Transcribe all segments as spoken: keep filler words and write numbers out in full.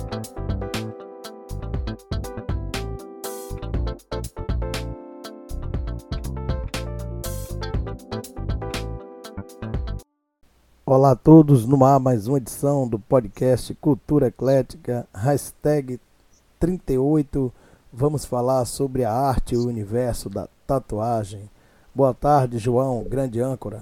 Olá a todos, no ar mais uma edição do podcast Cultura Eclética, hashtag trinta e oito, vamos falar sobre a arte e o universo da tatuagem. Boa tarde, João, grande âncora.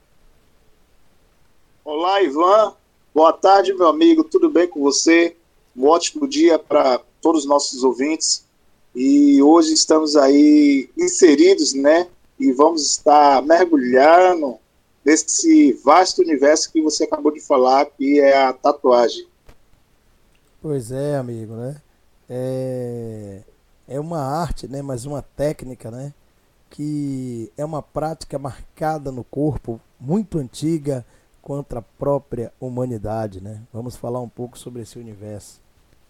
Olá, Ivan, boa tarde, meu amigo, tudo bem com você? Um ótimo dia para todos os nossos ouvintes e hoje estamos aí inseridos, né, e vamos estar mergulhando desse vasto universo que você acabou de falar, que é a tatuagem. Pois é, amigo, né? É, é uma arte, né? Mas uma técnica, né? Que é uma prática marcada no corpo, muito antiga contra a própria humanidade, né? Vamos falar um pouco sobre esse universo.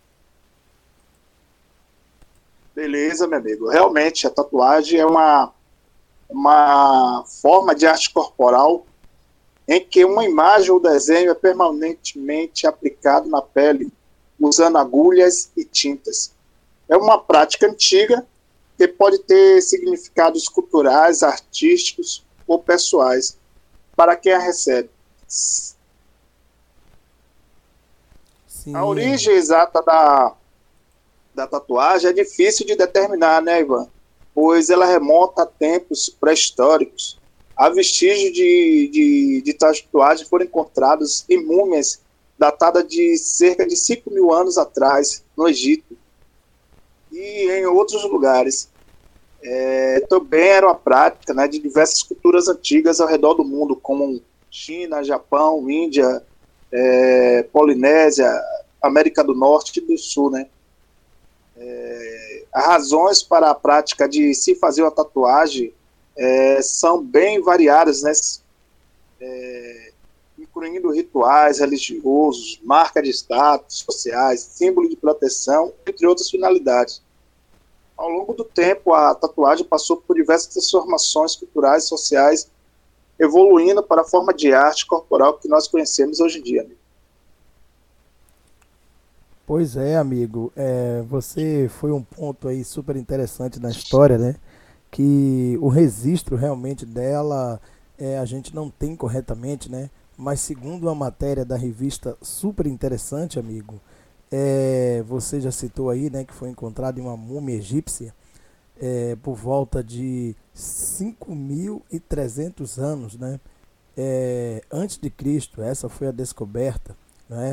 Beleza, meu amigo. Realmente, a tatuagem é uma uma forma de arte corporal em que uma imagem ou desenho é permanentemente aplicado na pele, usando agulhas e tintas. É uma prática antiga que pode ter significados culturais, artísticos ou pessoais para quem a recebe. Sim. A origem exata da, da tatuagem é difícil de determinar, né, Ivan? Pois ela remonta a tempos pré-históricos. Há vestígios de, de, de tatuagem foram encontrados em múmias datadas de cerca de cinco mil anos atrás, no Egito e em outros lugares. É, também era uma prática, né, de diversas culturas antigas ao redor do mundo, como China, Japão, Índia, é, Polinésia, América do Norte e do Sul, né? É, as razões para a prática de se fazer uma tatuagem é, são bem variadas, né? É, incluindo rituais religiosos, marca de status sociais, símbolo de proteção, entre outras finalidades. Ao longo do tempo, a tatuagem passou por diversas transformações culturais e sociais, evoluindo para a forma de arte corporal que nós conhecemos hoje em dia. Amigo. Pois é, amigo, é, você foi um ponto aí super interessante na história, né? Que o registro realmente dela é, a gente não tem corretamente, né? Mas segundo uma matéria da revista super interessante, amigo, é, você já citou aí, né, que foi encontrada em uma múmia egípcia é, por volta de cinco mil e trezentos anos, né? É, antes de Cristo, essa foi a descoberta, né?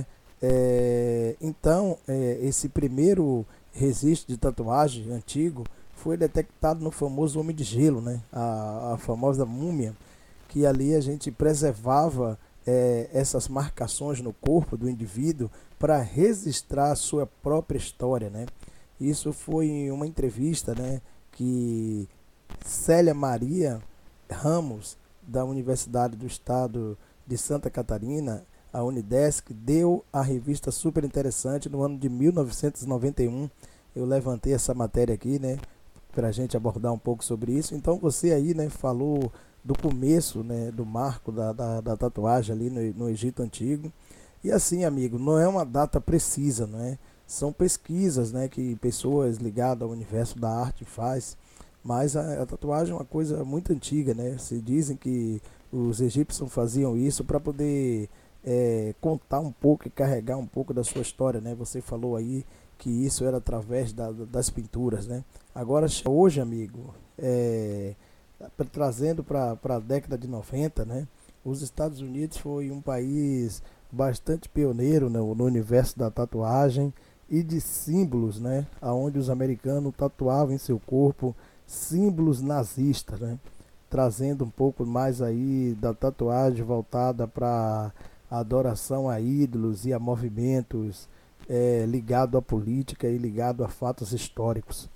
É, então, é, esse primeiro registro de tatuagem antigo foi detectado no famoso Homem de Gelo, né? A, a famosa múmia, que ali a gente preservava é, essas marcações no corpo do indivíduo para registrar a sua própria história, né? Isso foi em uma entrevista, né, que Célia Maria Ramos, da Universidade do Estado de Santa Catarina, a Unidesc, deu à revista super interessante no ano de mil novecentos e noventa e um. Eu levantei essa matéria aqui, né, para a gente abordar um pouco sobre isso. Então você aí, né, falou do começo, né, do marco da, da, da tatuagem ali no, no Egito Antigo. E assim, amigo, não é uma data precisa, não é? São pesquisas, né, que pessoas ligadas ao universo da arte faz. Mas a, a tatuagem é uma coisa muito antiga, né? Se dizem que os egípcios faziam isso para poder é, contar um pouco e carregar um pouco da sua história, né? Você falou aí que isso era através da, das pinturas, né? Agora, hoje, amigo, é, trazendo para a década de noventa, né? Os Estados Unidos foi um país bastante pioneiro, né, no universo da tatuagem e de símbolos, né? Onde os americanos tatuavam em seu corpo símbolos nazistas, né? Trazendo um pouco mais aí da tatuagem voltada para a adoração a ídolos e a movimentos é, ligado à política e ligado a fatos históricos.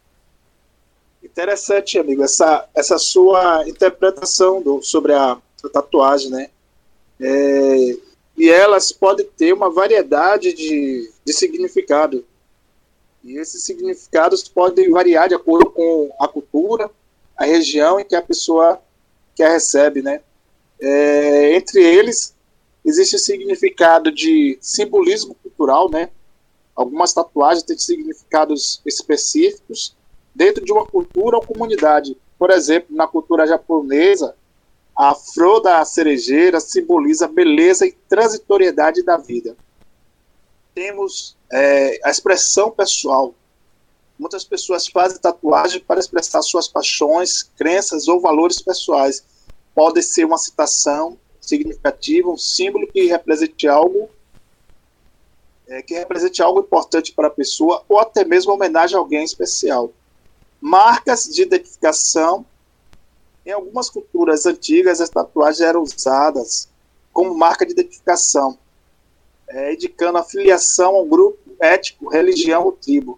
Interessante, amigo, essa, essa sua interpretação do, sobre a, a tatuagem, né? É, e elas podem ter uma variedade de, de significado. E esses significados podem variar de acordo com a cultura, a região em que a pessoa que a recebe, né? É, entre eles, existe o significado de simbolismo cultural, né? Algumas tatuagens têm significados específicos dentro de uma cultura ou comunidade. Por exemplo, na cultura japonesa, a flor da cerejeira simboliza a beleza e transitoriedade da vida. Temos é, a expressão pessoal. Muitas pessoas fazem tatuagem para expressar suas paixões, crenças ou valores pessoais. Pode ser uma citação significativa, um símbolo que represente algo, é, que represente algo importante para a pessoa, ou até mesmo homenagem a alguém especial. Marcas de identificação. Em algumas culturas antigas, as tatuagens eram usadas como marca de identificação, é, indicando a filiação a um grupo étnico, religião ou tribo.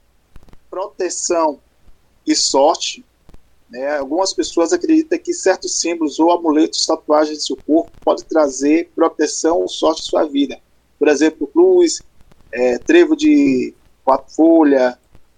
Proteção e sorte. Né? Algumas pessoas acreditam que certos símbolos ou amuletos, tatuagens de seu corpo, podem trazer proteção ou sorte em sua vida. Por exemplo, cruz, é, trevo de quatro folhas,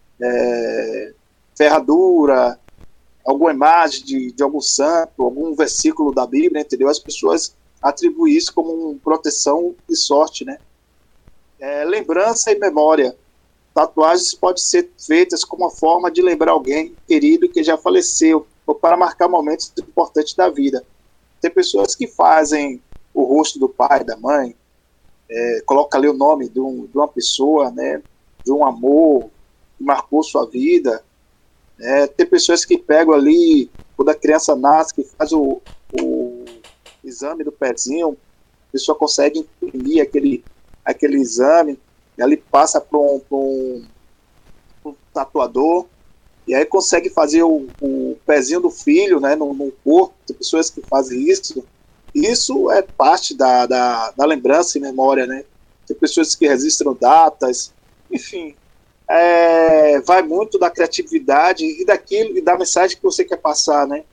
é, ferradura, alguma imagem de, de algum santo, algum versículo da Bíblia, entendeu? As pessoas atribuem isso como uma proteção e sorte, né? É, lembrança e memória. Tatuagens podem ser feitas como uma forma de lembrar alguém querido que já faleceu, ou para marcar momentos importantes da vida. Tem pessoas que fazem o rosto do pai, da mãe, é, coloca ali o nome de, um, de uma pessoa, né, de um amor que marcou sua vida. É, tem pessoas que pegam ali, quando a criança nasce, que faz o, o exame do pezinho, a pessoa consegue imprimir aquele, aquele exame, e ali passa para um, um, um tatuador, e aí consegue fazer o, o pezinho do filho, né, no, no corpo. Tem pessoas que fazem isso. Isso é parte da, da, da lembrança e memória, né? Tem pessoas que registram datas, enfim. É, vai muito da criatividade e daquilo e da mensagem que você quer passar, né?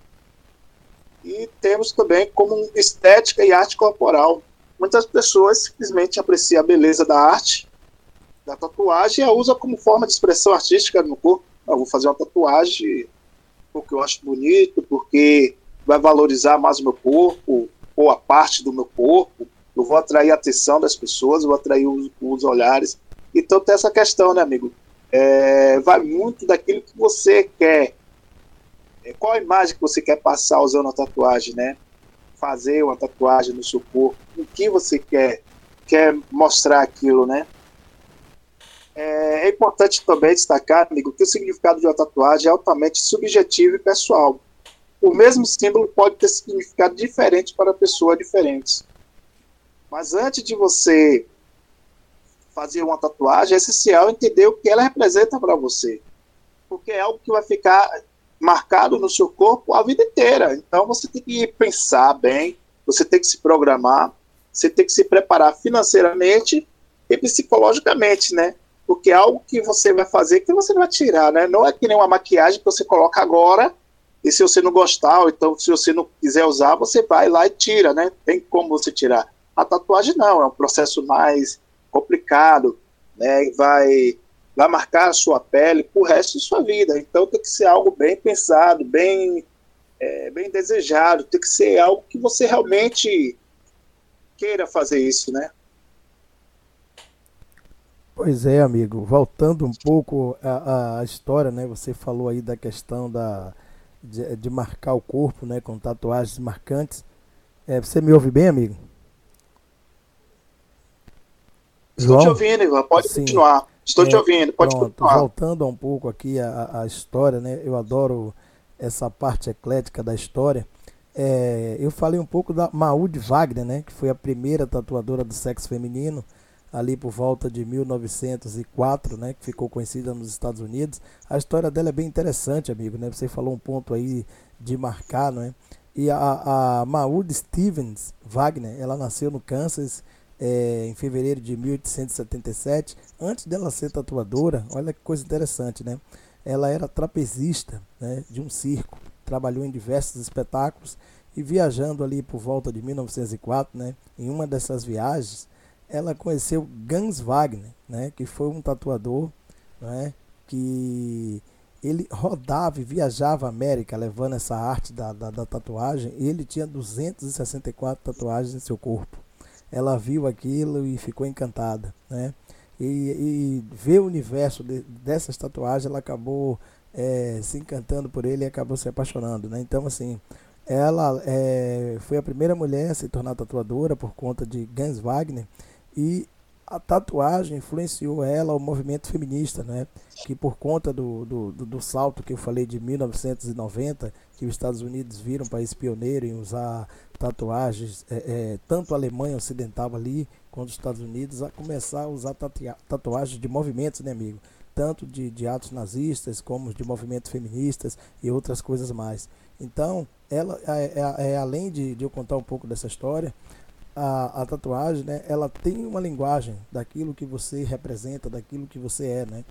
E temos também como estética e arte corporal. Muitas pessoas simplesmente apreciam a beleza da arte, da tatuagem, e a usa como forma de expressão artística no corpo. Eu vou fazer uma tatuagem porque eu acho bonito, porque vai valorizar mais o meu corpo, ou a parte do meu corpo. Eu vou atrair a atenção das pessoas, eu vou atrair os, os olhares. Então tem essa questão, né, amigo? É, vai muito daquilo que você quer. É, qual a imagem que você quer passar usando a tatuagem, né? Fazer uma tatuagem no seu corpo. O que você quer, quer mostrar aquilo, né? É, é importante também destacar, amigo, que o significado de uma tatuagem é altamente subjetivo e pessoal. O mesmo símbolo pode ter significado diferente para pessoas diferentes. Mas antes de você fazer uma tatuagem, é essencial entender o que ela representa para você. Porque é algo que vai ficar marcado no seu corpo a vida inteira. Então você tem que pensar bem, você tem que se programar, você tem que se preparar financeiramente e psicologicamente, né? Porque é algo que você vai fazer que você vai tirar, né? Não é que nem uma maquiagem que você coloca agora e se você não gostar, ou então se você não quiser usar, você vai lá e tira, né? Tem como você tirar. A tatuagem não, é um processo mais complicado, né? Vai, vai marcar a sua pele pro resto de sua vida. Então tem que ser algo bem pensado, bem, é, bem desejado, tem que ser algo que você realmente queira fazer isso, né? Pois é, amigo. Voltando um pouco à, à história, né? Você falou aí da questão da, de, de marcar o corpo, né? Com tatuagens marcantes. É, você me ouve bem, amigo? Estou te João? ouvindo, Ivan. Pode Sim. continuar. Estou te É, ouvindo, pode pronto. continuar. Voltando um pouco aqui à, à história, né? Eu adoro essa parte eclética da história. É, eu falei um pouco da Maud Wagner, né? Que foi a primeira tatuadora do sexo feminino, ali por volta de mil novecentos e quatro, né, que ficou conhecida nos Estados Unidos. A história dela é bem interessante, amigo, né? Você falou um ponto aí de marcar, não é? E a, a Maud Stevens Wagner, ela nasceu no Kansas é, em fevereiro de mil oitocentos e setenta e sete. Antes dela ser tatuadora, olha que coisa interessante, né? Ela era trapezista, né, de um circo, trabalhou em diversos espetáculos e viajando ali por volta de mil novecentos e quatro, né, em uma dessas viagens, ela conheceu Gans Wagner, né, que foi um tatuador, né, que ele rodava e viajava a América levando essa arte da, da, da tatuagem. Ele tinha duzentas e sessenta e quatro tatuagens em seu corpo. Ela viu aquilo e ficou encantada, né? e, e ver o universo de, dessas tatuagens, ela acabou é, se encantando por ele e acabou se apaixonando, né? Então, assim, ela é, foi a primeira mulher a se tornar tatuadora por conta de Gans Wagner, e a tatuagem influenciou ela ao movimento feminista, né? Que por conta do, do, do, do salto que eu falei de mil novecentos e noventa, que os Estados Unidos viram um país pioneiro em usar tatuagens, é, é, tanto a Alemanha Ocidental ali, quanto os Estados Unidos, a começar a usar tatuagens de movimentos, né, amigo? Tanto de, de atos nazistas, como de movimentos feministas e outras coisas mais. Então, ela é, é, é além de, de eu contar um pouco dessa história, a, a tatuagem, né, ela tem uma linguagem daquilo que você representa, daquilo que você é, né?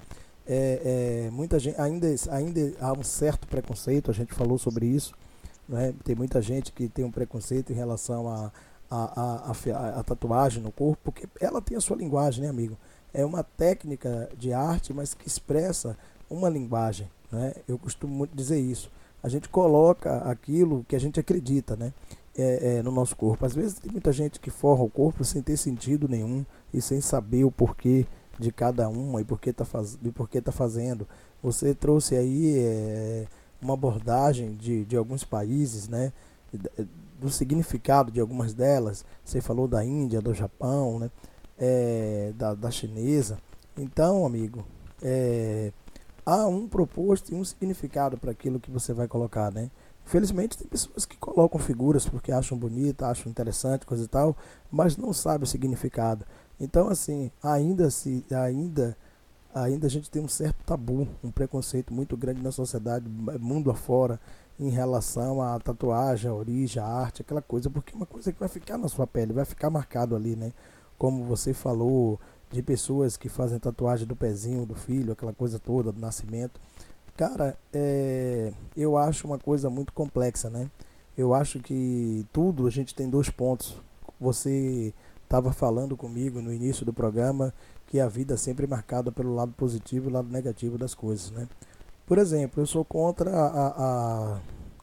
É, é, muita gente ainda, ainda há um certo preconceito, a gente falou sobre isso, né? Tem muita gente que tem um preconceito em relação a, a, a, a, a tatuagem no corpo, porque ela tem a sua linguagem, né, amigo? É uma técnica de arte, mas que expressa uma linguagem, né? Eu costumo muito dizer isso. A gente coloca aquilo que a gente acredita, né? É, é, no nosso corpo. Às vezes tem muita gente que forra o corpo sem ter sentido nenhum e sem saber o porquê de cada uma e por que está faz... tá fazendo. Você trouxe aí é, uma abordagem de, de alguns países, né? Do significado de algumas delas. Você falou da Índia, do Japão, né? É, da, da chinesa. Então, amigo, é, há um proposto e um significado para aquilo que você vai colocar, né? Infelizmente tem pessoas que colocam figuras porque acham bonita, acham interessante, coisa e tal, mas não sabem o significado. Então, assim, ainda se ainda ainda a gente tem um certo tabu, um preconceito muito grande na sociedade, mundo afora, em relação à tatuagem, à origem, à arte, aquela coisa, porque é uma coisa que vai ficar na sua pele, vai ficar marcado ali, né? Como você falou, de pessoas que fazem tatuagem do pezinho do filho, aquela coisa toda, do nascimento. Cara, é, eu acho uma coisa muito complexa, né? Eu acho que tudo a gente tem dois pontos. Você estava falando comigo no início do programa que a vida é sempre marcada pelo lado positivo e o lado negativo das coisas, né? Por exemplo, eu sou contra a, a,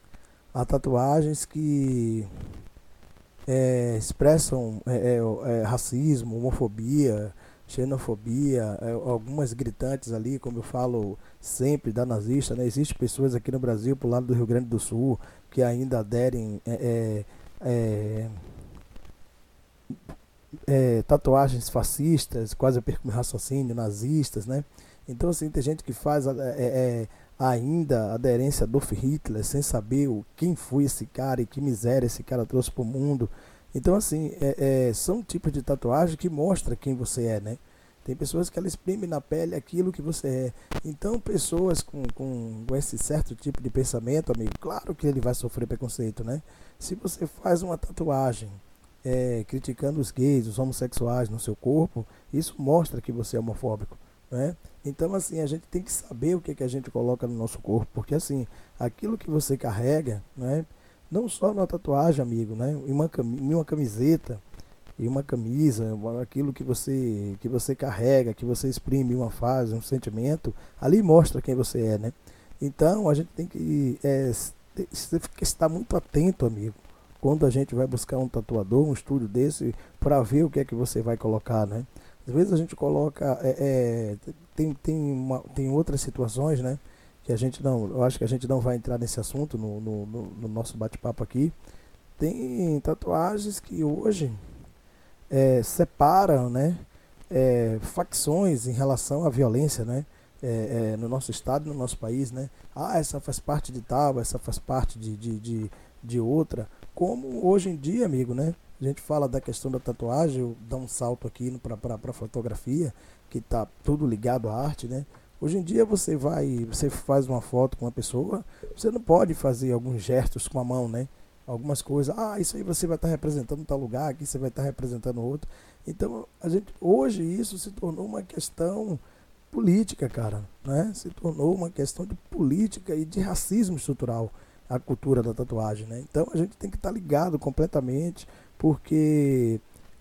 a tatuagens que é, expressam é, é, racismo, homofobia, xenofobia, é, algumas gritantes ali, como eu falo sempre da nazista, né? Existem pessoas aqui no Brasil, pro lado do Rio Grande do Sul, que ainda aderem é, é, é, tatuagens fascistas, quase eu perco meu raciocínio, nazistas, né? Então, assim, tem gente que faz é, é, ainda aderência a Adolf Hitler, sem saber o, quem foi esse cara e que miséria esse cara trouxe pro mundo. Então, assim, é, é, são tipos de tatuagem que mostra quem você é, né? Tem pessoas que ela exprime na pele aquilo que você é. Então, pessoas com, com, com esse certo tipo de pensamento, amigo, claro que ele vai sofrer preconceito, né? Se você faz uma tatuagem é, criticando os gays, os homossexuais no seu corpo, isso mostra que você é homofóbico, né? Então, assim, a gente tem que saber o que, que a gente coloca no nosso corpo, porque, assim, aquilo que você carrega, né? Não só na tatuagem, amigo, né? Em uma, em uma camiseta, em uma camisa, aquilo que você, que você carrega, que você exprime uma fase, um sentimento, ali mostra quem você é, né? Então, a gente tem que é, estar muito atento, amigo, quando a gente vai buscar um tatuador, um estúdio desse, para ver o que é que você vai colocar, né? Às vezes a gente coloca, é, é, tem, tem, uma, tem outras situações, né? Que a gente não, eu acho que a gente não vai entrar nesse assunto no, no, no, no nosso bate-papo aqui. Tem tatuagens que hoje é, separam, né, é, facções em relação à violência, né, é, é, no nosso estado, no nosso país, né. Ah, essa faz parte de tal, essa faz parte de, de, de, de outra. Como hoje em dia, amigo, né, a gente fala da questão da tatuagem, eu dou um salto aqui para a fotografia, que está tudo ligado à arte, né. Hoje em dia você vai, você faz uma foto com uma pessoa, você não pode fazer alguns gestos com a mão, né? Algumas coisas, ah, isso aí você vai estar representando tal lugar, aqui você vai estar representando outro. Então, a gente, hoje isso se tornou uma questão política, cara, né? Se tornou uma questão de política e de racismo estrutural, a cultura da tatuagem, né? Então, a gente tem que estar ligado completamente, porque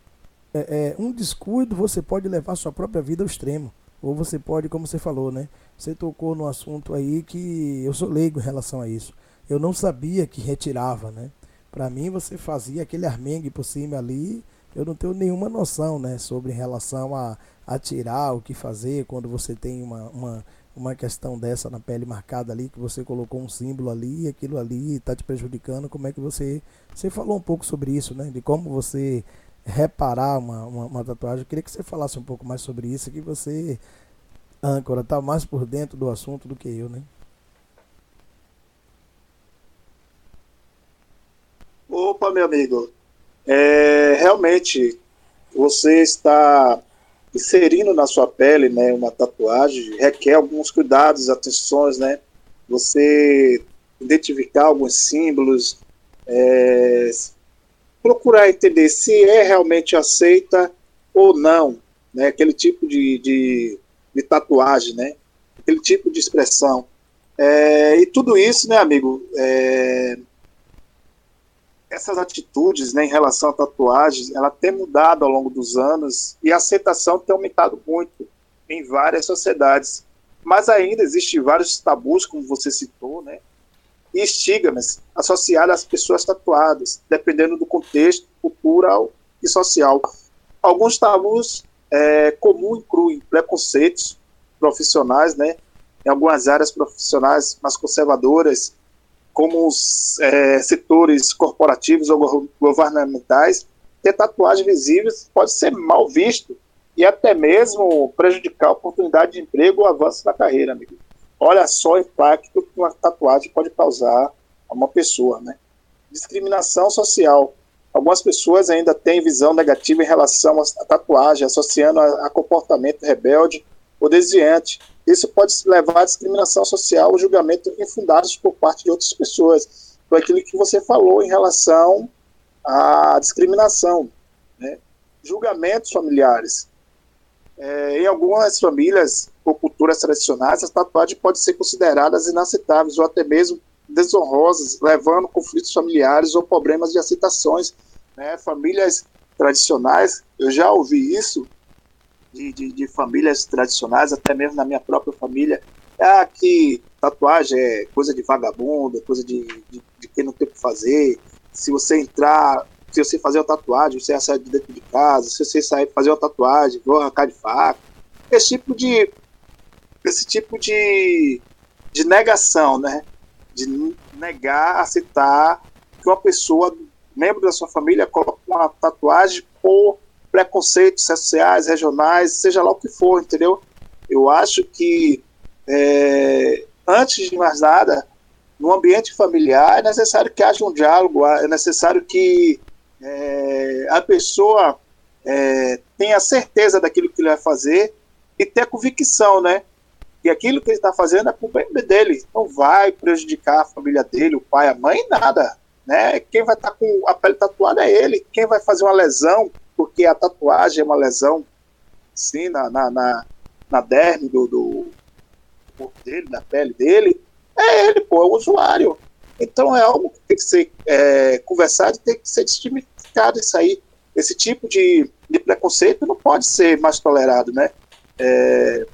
é, é, um descuido você pode levar a sua própria vida ao extremo. Ou você pode, como você falou, né? Você tocou no assunto aí que eu sou leigo em relação a isso. Eu não sabia que retirava, né? Para mim, você fazia aquele armengue por cima ali eu não tenho nenhuma noção, né, sobre em relação a, a tirar, o que fazer quando você tem uma, uma, uma questão dessa na pele marcada ali, que você colocou um símbolo ali e aquilo ali está te prejudicando. Como é que você... Você falou um pouco sobre isso, né, de como você reparar uma, uma, uma tatuagem. Eu queria que você falasse um pouco mais sobre isso, que você, âncora, tá mais por dentro do assunto do que eu, né? Opa, meu amigo, é, realmente você está inserindo na sua pele, né, uma tatuagem, requer alguns cuidados, atenções, né? Você identificar alguns símbolos, é, procurar entender se é realmente aceita ou não, né? Aquele tipo de, de, de tatuagem, né? Aquele tipo de expressão. É, e tudo isso, né, amigo? É, essas atitudes, né, em relação à tatuagem, ela tem mudado ao longo dos anos e a aceitação tem aumentado muito em várias sociedades. Mas ainda existem vários tabus, como você citou, né, e estigmas associados às pessoas tatuadas, dependendo do contexto cultural e social. Alguns tabus é, comuns incluem preconceitos profissionais, né, em algumas áreas profissionais mais conservadoras, como os é, setores corporativos ou governamentais, ter tatuagem visível pode ser mal visto e até mesmo prejudicar a oportunidade de emprego ou avanço na carreira, amigo. Olha só o impacto que uma tatuagem pode causar a uma pessoa, né? Discriminação social. Algumas pessoas ainda têm visão negativa em relação à tatuagem, associando a, a comportamento rebelde ou desviante. Isso pode levar à discriminação social ou julgamento infundados por parte de outras pessoas. Foi aquilo que você falou em relação à discriminação, né? Julgamentos familiares. É, em algumas famílias ou culturas tradicionais, as tatuagens podem ser consideradas inaceitáveis ou até mesmo desonrosas, levando conflitos familiares ou problemas de aceitações, né? Famílias tradicionais, eu já ouvi isso, De, de, de famílias tradicionais, até mesmo na minha própria família, ah, que tatuagem é coisa de vagabundo, coisa de, de, de quem não tem o que fazer. Se você entrar, se você fazer uma tatuagem, você vai sair de dentro de casa. Se você sair fazer uma tatuagem, vou arrancar de faca. Esse tipo de, esse tipo de, de negação, né? De negar, aceitar que uma pessoa, membro da sua família, coloque uma tatuagem por preconceitos sociais, regionais, seja lá o que for, entendeu? Eu acho que, é, antes de mais nada, no ambiente familiar é necessário que haja um diálogo, é necessário que é, a pessoa é, tenha certeza daquilo que ele vai fazer e ter convicção, né? Que aquilo que ele está fazendo é para o bem dele, não vai prejudicar a família dele, o pai, a mãe, nada, né? Quem vai estar com a pele tatuada é ele, quem vai fazer uma lesão, porque a tatuagem é uma lesão, sim, na, na, na, na derme do, do corpo dele, da pele dele, é ele, pô, é o usuário. Então é algo que tem que ser é, conversado, tem que ser desmistificado isso aí. Esse tipo de, de preconceito não pode ser mais tolerado, né? É,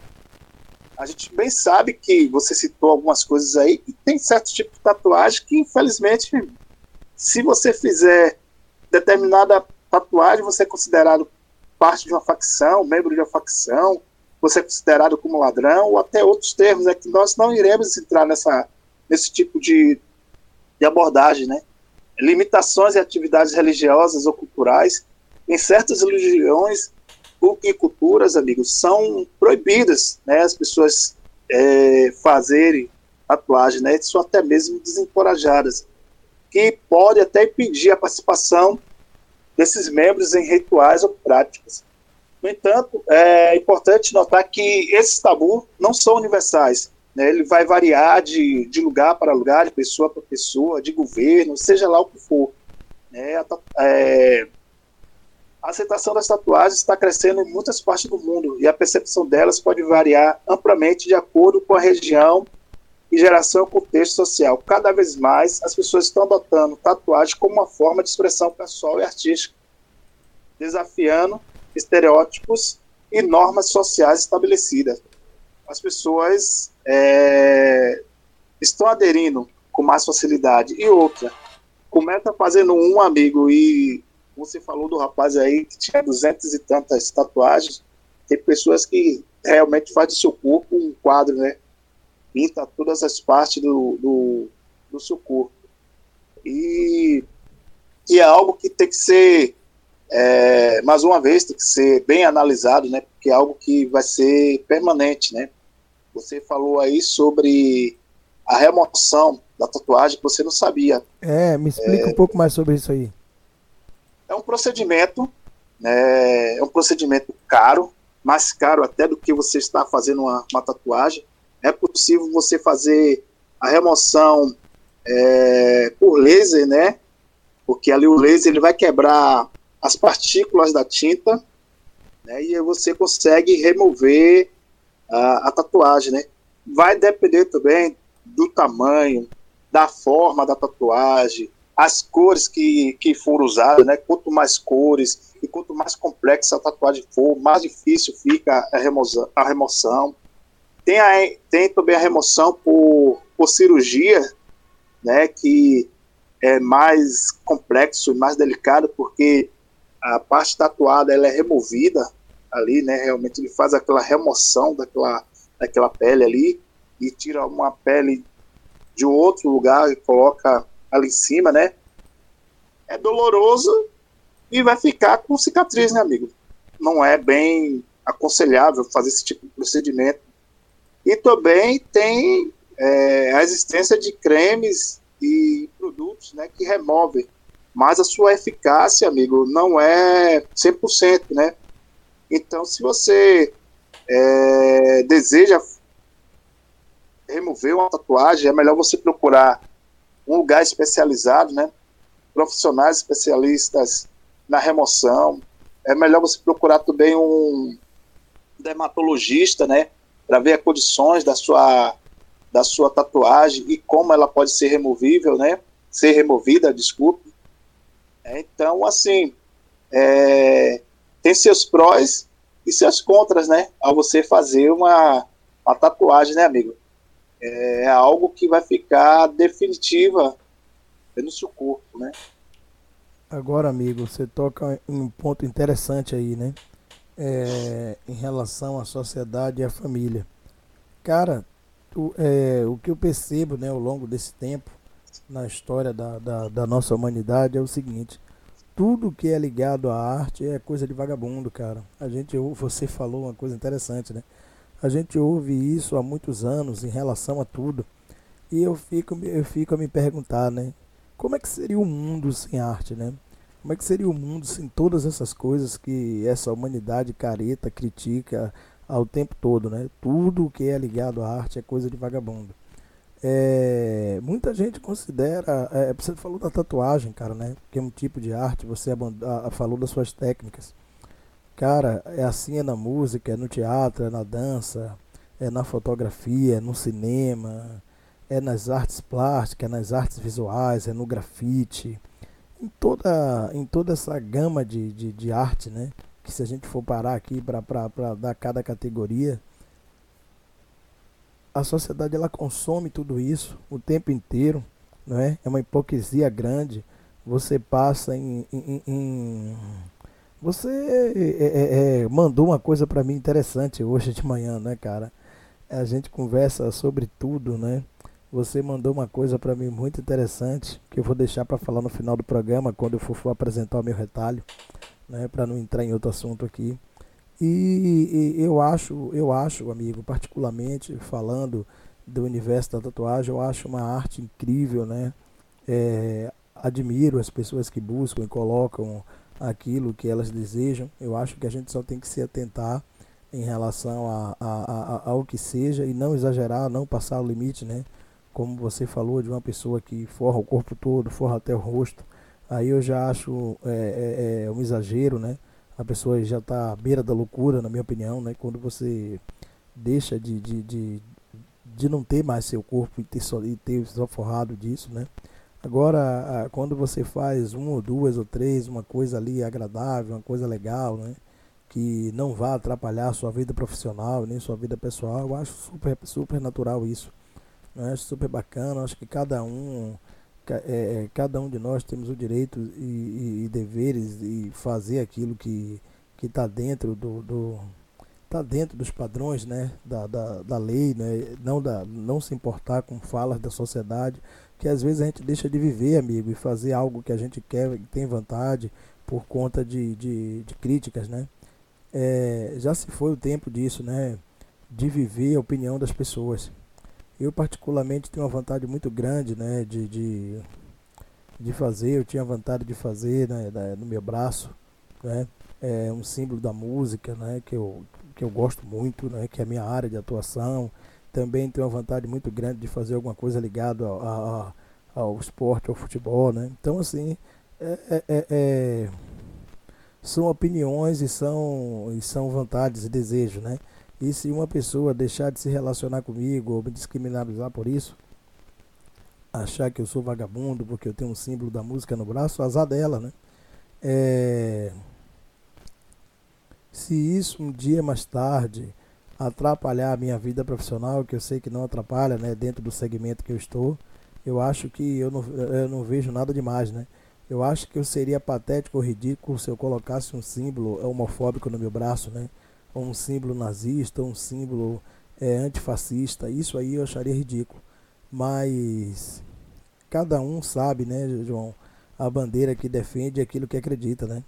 a gente bem sabe que você citou algumas coisas aí, e tem certos tipos de tatuagem que, infelizmente, se você fizer determinada tatuagem, você é considerado parte de uma facção, membro de uma facção, você é considerado como ladrão, ou até outros termos, né, que nós não iremos entrar nessa, nesse tipo de, de abordagem, né? Limitações em atividades religiosas ou culturais, em certas religiões e culturas, amigos, são proibidas, né, as pessoas é, fazerem tatuagem, né, são até mesmo desencorajadas, que pode até impedir a participação desses membros em rituais ou práticas. No entanto, é importante notar que esses tabus não são universais, né? Ele vai variar de, de lugar para lugar, de pessoa para pessoa, de governo, seja lá o que for, né? A, é, a aceitação das tatuagens está crescendo em muitas partes do mundo e a percepção delas pode variar amplamente de acordo com a região e geração e contexto social. Cada vez mais, as pessoas estão adotando tatuagem como uma forma de expressão pessoal e artística, desafiando estereótipos e normas sociais estabelecidas. As pessoas é, estão aderindo com mais facilidade. E outra, começa fazendo um amigo e Você falou do rapaz aí que tinha duzentas e tantas tatuagens. Tem pessoas que realmente fazem do seu corpo um quadro, né? Pinta todas as partes do, do, do seu corpo. E, e é algo que tem que ser, é, mais uma vez, tem que ser bem analisado, né? Porque é algo que vai ser permanente, né? Você falou aí sobre a remoção da tatuagem que você não sabia. É, me explica um pouco mais sobre isso aí. É um procedimento, né, é um procedimento caro, mais caro até do que você está fazendo uma, uma tatuagem. É possível você fazer a remoção é, por laser, né? Porque ali o laser ele vai quebrar as partículas da tinta, né? E aí você consegue remover a, a tatuagem, né? Vai depender também do tamanho, da forma da tatuagem, as cores que, que foram usadas, né? Quanto mais cores e quanto mais complexa a tatuagem for, mais difícil fica a remoção. A remoção. Tem, a, tem também a remoção por, por cirurgia, né? Que é mais complexo e mais delicado, porque a parte tatuada ela é removida ali, né? Realmente ele faz aquela remoção daquela, daquela pele ali e tira uma pele de outro lugar e coloca ali em cima, né? É doloroso e vai ficar com cicatriz, né, amigo? Não é bem aconselhável fazer esse tipo de procedimento. E também tem é, a existência de cremes e produtos, né, que removem, mas a sua eficácia, amigo, não é cem por cento, né? Então, se você é, deseja remover uma tatuagem, é melhor você procurar um lugar especializado, né? Profissionais especialistas na remoção. É melhor você procurar também um dermatologista, né? Para ver as condições da sua, da sua tatuagem e como ela pode ser removível, né? Ser removida, desculpe. É, então, assim, é, tem seus prós e seus contras, né? Ao você fazer uma, uma tatuagem, né, amigo? É algo que vai ficar definitiva no seu corpo, né? Agora, amigo, você toca em um ponto interessante aí, né? É, em relação à sociedade e à família. Cara, o, é, o que eu percebo, né, ao longo desse tempo, na história da, da, da nossa humanidade, é o seguinte: tudo que é ligado à arte é coisa de vagabundo, cara. A gente, você falou uma coisa interessante, né? A gente ouve isso há muitos anos em relação a tudo. E eu fico, eu fico a me perguntar, né? Como é que seria o mundo sem arte, né? Como é que seria o mundo sem todas essas coisas que essa humanidade careta critica ao tempo todo, né? Tudo que é ligado à arte é coisa de vagabundo. É, muita gente considera, é, você falou da tatuagem, cara, né? Que é um tipo de arte, você aband- a- a- falou das suas técnicas. Cara, é assim, é na música, é no teatro, é na dança, é na fotografia, é no cinema, é nas artes plásticas, é nas artes visuais, é no grafite, em toda, em toda essa gama de, de, de arte, né? Que se a gente for parar aqui para dar cada categoria, a sociedade ela consome tudo isso o tempo inteiro, não é? É uma hipocrisia grande. Você passa em, em, em você é, é, é, mandou uma coisa para mim interessante hoje de manhã, né, cara? A gente conversa sobre tudo, né? Você mandou uma coisa para mim muito interessante que eu vou deixar para falar no final do programa, quando eu for, for apresentar o meu retalho, né? Para não entrar em outro assunto aqui. E, e eu acho, eu acho, amigo, particularmente falando do universo da tatuagem, eu acho uma arte incrível, né? É, admiro as pessoas que buscam e colocam aquilo que elas desejam. Eu acho que a gente só tem que se atentar em relação a, a, a, ao que seja e não exagerar, não passar o limite, né? Como você falou de uma pessoa que forra o corpo todo, forra até o rosto, aí eu já acho é, é, é um exagero, né? A pessoa já está à beira da loucura, na minha opinião, né? Quando você deixa de, de, de, de não ter mais seu corpo e ter só, e ter só forrado disso, né? Agora, quando você faz uma ou duas ou três, uma coisa ali agradável, uma coisa legal, né? Que não vá atrapalhar a sua vida profissional, nem sua vida pessoal, eu acho super, super natural isso. Eu acho super bacana, eu acho que cada um é, cada um de nós temos o direito e, e, e deveres e fazer aquilo que que está dentro do, do tá dentro dos padrões, né, da, da, da lei, né, não, da, não se importar com falas da sociedade, que às vezes a gente deixa de viver, amigo, e fazer algo que a gente quer, que tem vontade, por conta de, de, de críticas, né? É, já se foi o tempo disso, né, de viver a opinião das pessoas. Eu particularmente tenho uma vontade muito grande, né, de, de, de fazer, eu tinha vontade de fazer, né, da- no meu braço, né, é um símbolo da música, né, que eu, que eu gosto muito, né, que é a minha área de atuação. Também tenho uma vontade muito grande de fazer alguma coisa ligada ao, a- ao esporte, ao futebol, né. Então, assim, é, é- é- é- são opiniões e são, e são vontades e desejos, né. E se uma pessoa deixar de se relacionar comigo ou me discriminalizar por isso, achar que eu sou vagabundo porque eu tenho um símbolo da música no braço, azar dela, né? É, se isso um dia mais tarde atrapalhar a minha vida profissional, que eu sei que não atrapalha, né, dentro do segmento que eu estou, eu acho que eu não, eu não vejo nada demais, né? Eu acho que eu seria patético ou ridículo se eu colocasse um símbolo homofóbico no meu braço, né? Ou um símbolo nazista, ou um símbolo é, antifascista. Isso aí eu acharia ridículo. Mas cada um sabe, né, João, a bandeira que defende aquilo que acredita, né?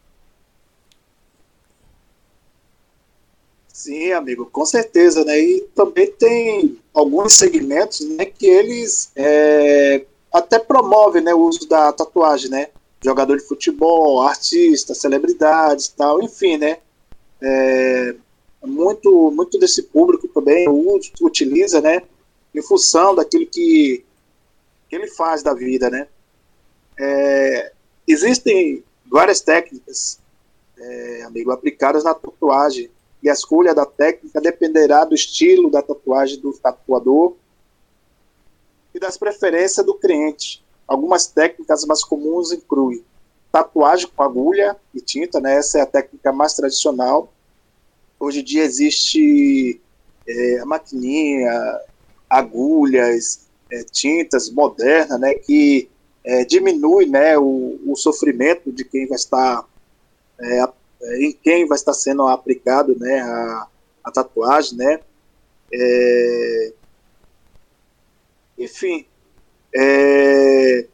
Sim, amigo, com certeza, né? E também tem alguns segmentos, né, que eles é, até promovem, né, o uso da tatuagem, né? Jogador de futebol, artista, celebridades, tal, enfim, né? É, muito, muito desse público também utiliza, né, em função daquilo que, que ele faz da vida, né? É, existem várias técnicas, é, amigo, aplicadas na tatuagem, e a escolha da técnica dependerá do estilo da tatuagem do tatuador e das preferências do cliente. Algumas técnicas mais comuns incluem tatuagem com agulha e tinta, né? Essa é a técnica mais tradicional. Hoje em dia existe é, a maquininha, agulhas, é, tintas modernas, né? Que é, diminui, né, o, o sofrimento de quem vai estar é, em quem vai estar sendo aplicado, né, a, a tatuagem, né? É, enfim, é,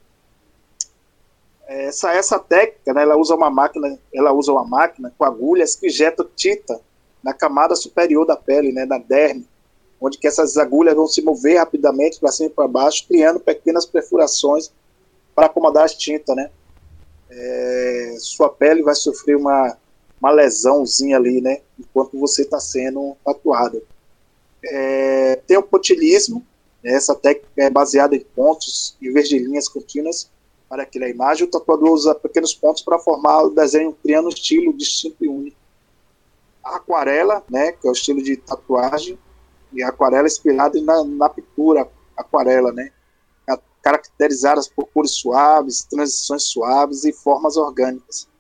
essa essa técnica, né, ela usa uma máquina, ela usa uma máquina com agulhas que injetam tinta na camada superior da pele, né, na derme, onde que essas agulhas vão se mover rapidamente para cima e para baixo, criando pequenas perfurações para acomodar as tintas, né? É, sua pele vai sofrer uma, uma lesãozinha ali, né? Enquanto você está sendo tatuado. É, tem o pontilhismo, né, essa técnica é baseada em pontos em vez de linhas contínuas para aquela imagem. O tatuador usa pequenos pontos para formar o desenho, criando um estilo distinto e único. A aquarela, né, que é o estilo de tatuagem, e a aquarela é inspirada na, na pintura, aquarela, né? Caracterizadas por cores suaves, transições suaves e formas orgânicas.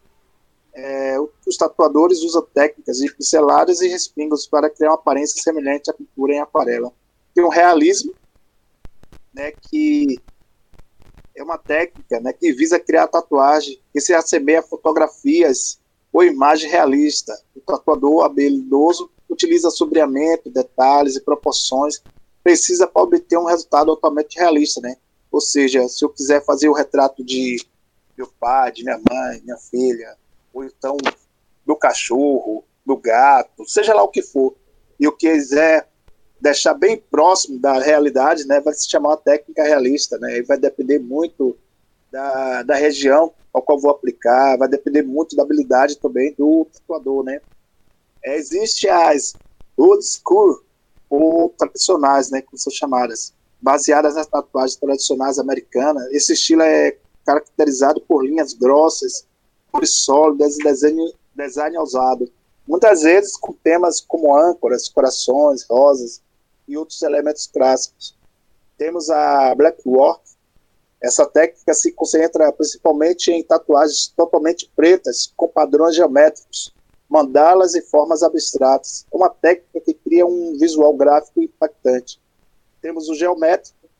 É, os tatuadores usam técnicas de pinceladas e respingos para criar uma aparência semelhante à pintura em aquarela. Tem o realismo, né, que é uma técnica, né, que visa criar tatuagem que se assemelha a fotografias ou imagem realista. O tatuador habilidoso utiliza sombreamento, detalhes e proporções precisa para obter um resultado totalmente realista, né? Ou seja, se eu quiser fazer o retrato de meu pai, de minha mãe, minha filha, ou então meu cachorro, meu gato, seja lá o que for, e eu quiser deixar bem próximo da realidade, né, vai se chamar uma técnica realista, né? E vai depender muito da, da região ao qual vou aplicar, vai depender muito da habilidade também do tatuador, né? É, existe as old school, ou tradicionais, né, como são chamadas, baseadas nas tatuagens tradicionais americanas. Esse estilo é caracterizado por linhas grossas, cores sólidas e desenho, design ousado, muitas vezes com temas como âncoras, corações, rosas e outros elementos clássicos. Temos a Black Work. Essa técnica se concentra principalmente em tatuagens totalmente pretas, com padrões geométricos, mandalas e formas abstratas. É uma técnica que cria um visual gráfico impactante. Temos o geométrico,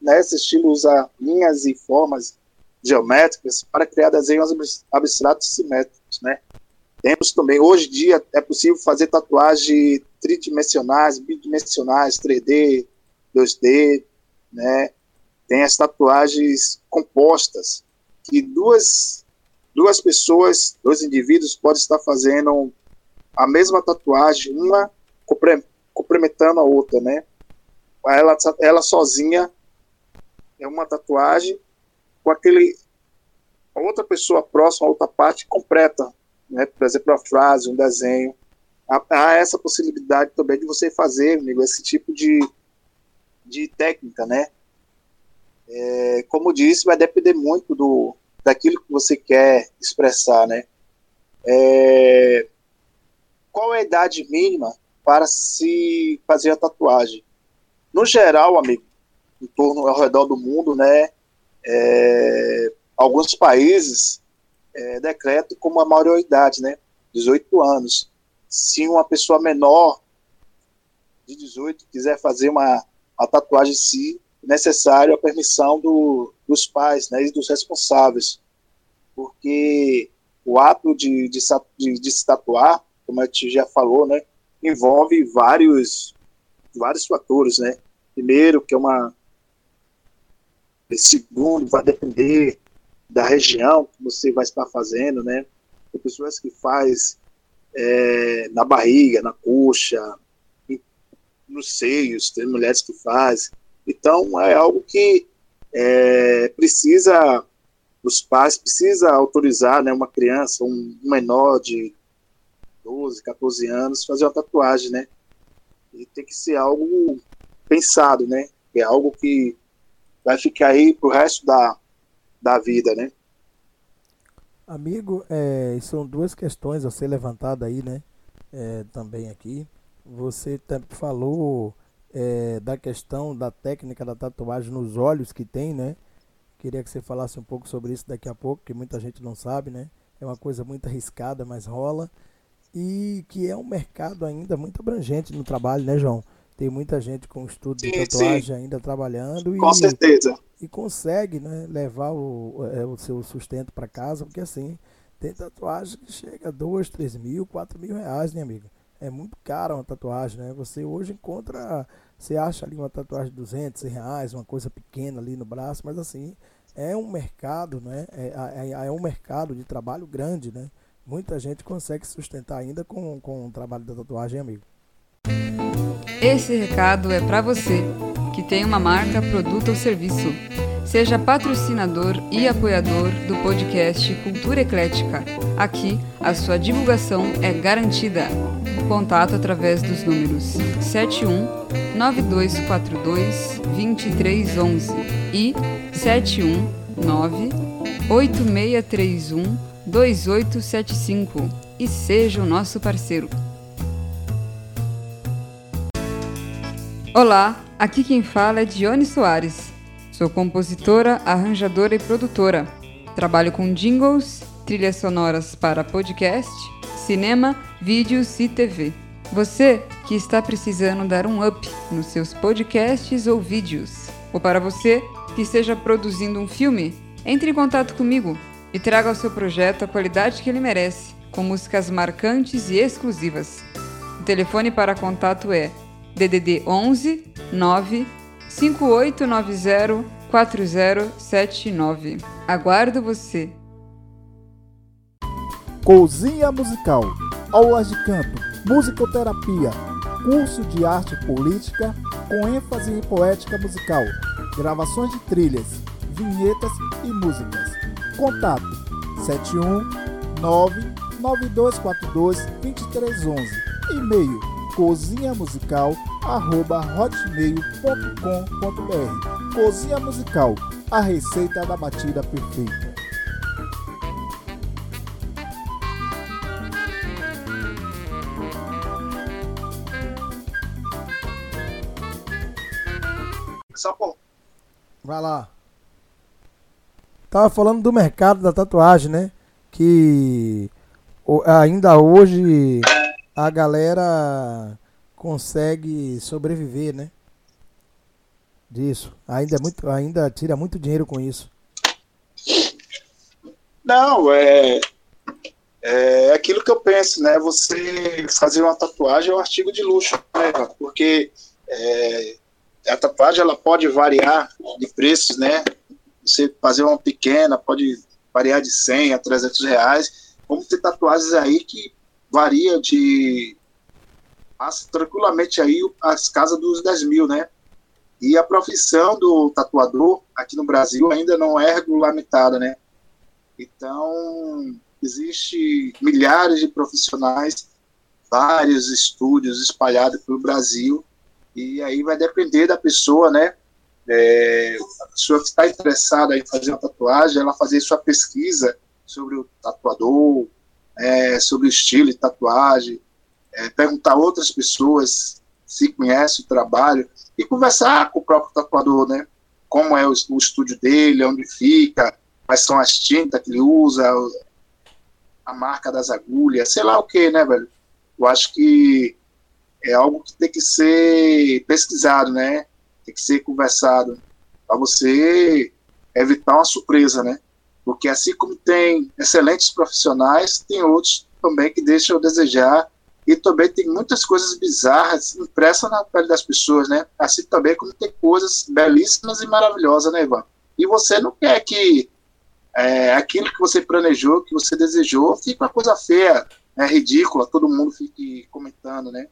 né, esse estilo usa linhas e formas geométricas para criar desenhos abstratos e simétricos, né? Temos também, hoje em dia, é possível fazer tatuagens tridimensionais, bidimensionais, três D, dois D, né? Tem as tatuagens compostas, que duas, duas pessoas, dois indivíduos podem estar fazendo a mesma tatuagem, uma complementando a outra, né? Ela, ela sozinha é uma tatuagem, com aquele a outra pessoa próxima, a outra parte completa, né? Por exemplo, uma frase, um desenho. Há, há essa possibilidade também de você fazer, amigo, esse tipo de, de técnica, né? É, como disse, vai depender muito do, daquilo que você quer expressar, né? É, qual é a idade mínima para se fazer a tatuagem? No geral, amigo, em torno, ao redor do mundo, né? É, alguns países é, decretam como a maioridade, né? dezoito anos. Se uma pessoa menor de dezoito quiser fazer uma, uma tatuagem, se necessário a permissão do, dos pais, né, e dos responsáveis, porque o ato de, de, de, de se tatuar, como a gente já falou, né, envolve vários, vários fatores, né? Primeiro, que é uma... Segundo, vai depender da região que você vai estar fazendo, né? Tem pessoas que faz é, na barriga, na coxa, nos seios, tem mulheres que fazem. Então, é algo que é, precisa, os pais precisam autorizar, né, uma criança, um menor de doze, catorze anos, fazer uma tatuagem, né? E tem que ser algo pensado, né? É algo que vai ficar aí pro resto da, da vida, né? Amigo, é, são duas questões a ser levantadas aí, né? É, também aqui. Você falou é, da questão da técnica da tatuagem nos olhos que tem, né? Queria que você falasse um pouco sobre isso daqui a pouco, que muita gente não sabe, né? É uma coisa muito arriscada, mas rola. E que é um mercado ainda muito abrangente no trabalho, né, João? Tem muita gente com estudo de Sim, tatuagem sim, ainda trabalhando com e, certeza. e consegue, né, levar o, é, o seu sustento para casa, porque assim, tem tatuagem que chega a dois, três mil, quatro mil reais, né, amigo? É muito caro uma tatuagem, né? Você hoje encontra, você acha ali uma tatuagem de duzentos reais, uma coisa pequena ali no braço, mas assim, é um mercado, né? É, é, é um mercado de trabalho grande, né? Muita gente consegue sustentar ainda com, com o trabalho da tatuagem, amigo. Esse recado é para você, que tem uma marca, produto ou serviço. Seja patrocinador e apoiador do podcast Cultura Eclética. Aqui, a sua divulgação é garantida. Contato através dos números sete um nove dois quatro dois dois três um um e sete um nove oito seis três um dois oito sete cinco e seja o nosso parceiro. Olá, aqui quem fala é Dione Soares. Sou compositora, arranjadora e produtora. Trabalho com jingles, trilhas sonoras para podcast, cinema, vídeos e T V. Você que está precisando dar um up nos seus podcasts ou vídeos. Ou para você que esteja produzindo um filme, entre em contato comigo e traga ao seu projeto a qualidade que ele merece, com músicas marcantes e exclusivas. O telefone para contato é D D D onze nove cinco oito nove zero quatro zero sete nove. Aguardo você! Cozinha musical, aulas de canto, musicoterapia, curso de arte política com ênfase em poética musical, gravações de trilhas, vinhetas e músicas. Contato sete um nove nove dois quatro dois dois três um um. E-mail cozinhamusical arroba hotmail ponto com ponto br. Cozinha Musical, a receita da batida perfeita. Só por... Vai lá. Tava falando do mercado da tatuagem, né? Que ainda hoje a galera consegue sobreviver, né? disso? Ainda, é muito, ainda tira muito dinheiro com isso. Não, é, é aquilo que eu penso, né? Você fazer uma tatuagem é um artigo de luxo, né? Porque é, a tatuagem ela pode variar de preços, né? Você fazer uma pequena pode variar de cem a trezentos reais, como tem tatuagens aí que varia de passa tranquilamente aí as casas dos dez mil, né? E a profissão do tatuador aqui no Brasil ainda não é regulamentada, né? Então, existe milhares de profissionais, vários estúdios espalhados pelo Brasil, e aí vai depender da pessoa, né? É, a pessoa que está interessada em fazer uma tatuagem, ela fazer sua pesquisa sobre o tatuador, é, sobre o estilo de tatuagem, é, perguntar a outras pessoas se conhecem o trabalho e conversar com o próprio tatuador, né? Como é o, o estúdio dele, onde fica, quais são as tintas que ele usa, a marca das agulhas, sei lá o que, né, velho? Eu acho que é algo que tem que ser pesquisado, né? Tem que ser conversado para você evitar uma surpresa, né? Porque assim como tem excelentes profissionais, tem outros também que deixam a desejar, e também tem muitas coisas bizarras impressas na pele das pessoas, né? Assim também como tem coisas belíssimas e maravilhosas, né, Ivan? E você não quer que é, aquilo que você planejou, que você desejou, fique uma coisa feia, né, ridícula, todo mundo fique comentando, né?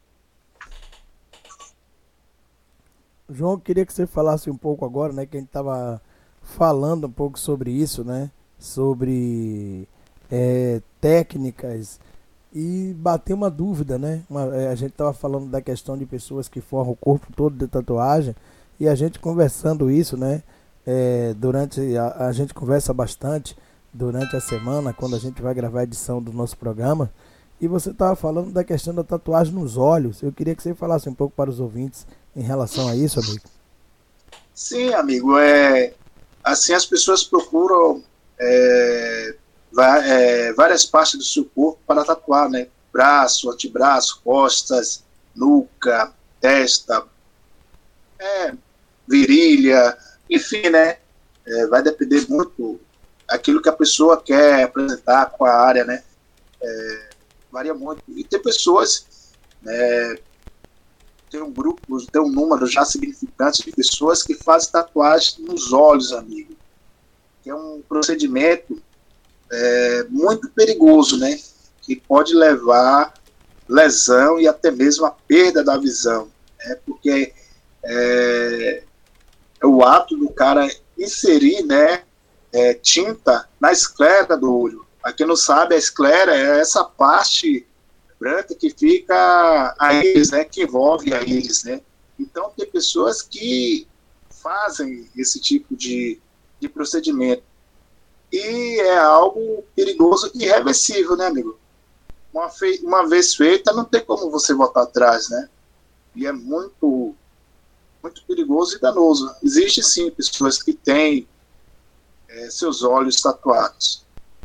João, eu queria que você falasse um pouco agora, né, que a gente estava falando um pouco sobre isso, né, sobre é, técnicas, e bater uma dúvida, né, uma, é, a gente estava falando da questão de pessoas que forram o corpo todo de tatuagem, e a gente conversando isso, né, é, durante, a, a gente conversa bastante durante a semana, quando a gente vai gravar a edição do nosso programa, e você estava falando da questão da tatuagem nos olhos. Eu queria que você falasse um pouco para os ouvintes em relação a isso, amigo. Sim, amigo. É, assim, as pessoas procuram é, é, várias partes do seu corpo para tatuar, né? Braço, antebraço, costas, nuca, testa, é, virilha, enfim, né? É, vai depender muito daquilo que a pessoa quer apresentar com a área, né? É, varia muito. E tem pessoas, né, tem um grupo, tem um número já significante de pessoas que fazem tatuagem nos olhos, amigo. Que é um procedimento é, muito perigoso, né? Que pode levar lesão e até mesmo a perda da visão, né? Porque é, é o ato do cara inserir, né, é, tinta na esclera do olho. Para quem não sabe, a esclera é essa parte branca que fica a íris, né, que envolve a íris, né? Então, tem pessoas que fazem esse tipo de, de procedimento. E é algo perigoso e irreversível, né, amigo? Uma, fe... uma vez feita, não tem como você voltar atrás, né? E é muito, muito perigoso e danoso. Existe, sim, pessoas que têm é, seus olhos tatuados.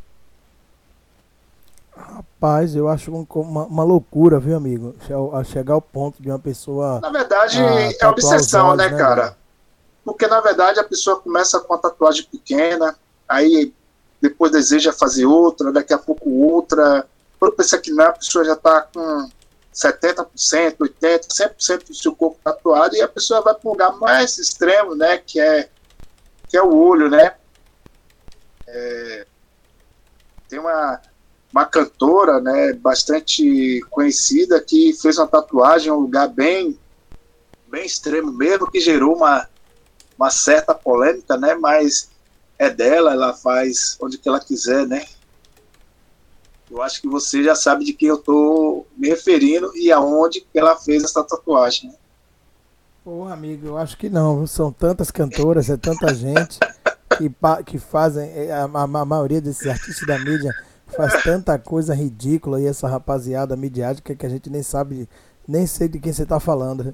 Rapaz, eu acho uma, uma loucura, viu, amigo? A chegar ao ponto de uma pessoa... Na verdade, é obsessão, olhos, né, né, cara? Mano? Porque, na verdade, a pessoa começa com uma tatuagem pequena, aí depois deseja fazer outra, daqui a pouco outra. Quando pensa que não, a pessoa já está com setenta por cento, oitenta por cento, cem por cento do seu corpo tatuado, e a pessoa vai para um lugar mais extremo, né, que é, que é o olho, né? É, tem uma... uma cantora, né, bastante conhecida, que fez uma tatuagem em um lugar bem, bem extremo mesmo, que gerou uma, uma certa polêmica, né, mas é dela, ela faz onde que ela quiser, né. Eu acho que você já sabe de quem eu estou me referindo e aonde que ela fez essa tatuagem. Né? Pô, amigo, eu acho que não, são tantas cantoras, é tanta gente que, que fazem, a, a, a maioria desses artistas da mídia faz tanta coisa ridícula, e essa rapaziada midiática que a gente nem sabe, nem sei de quem você tá falando.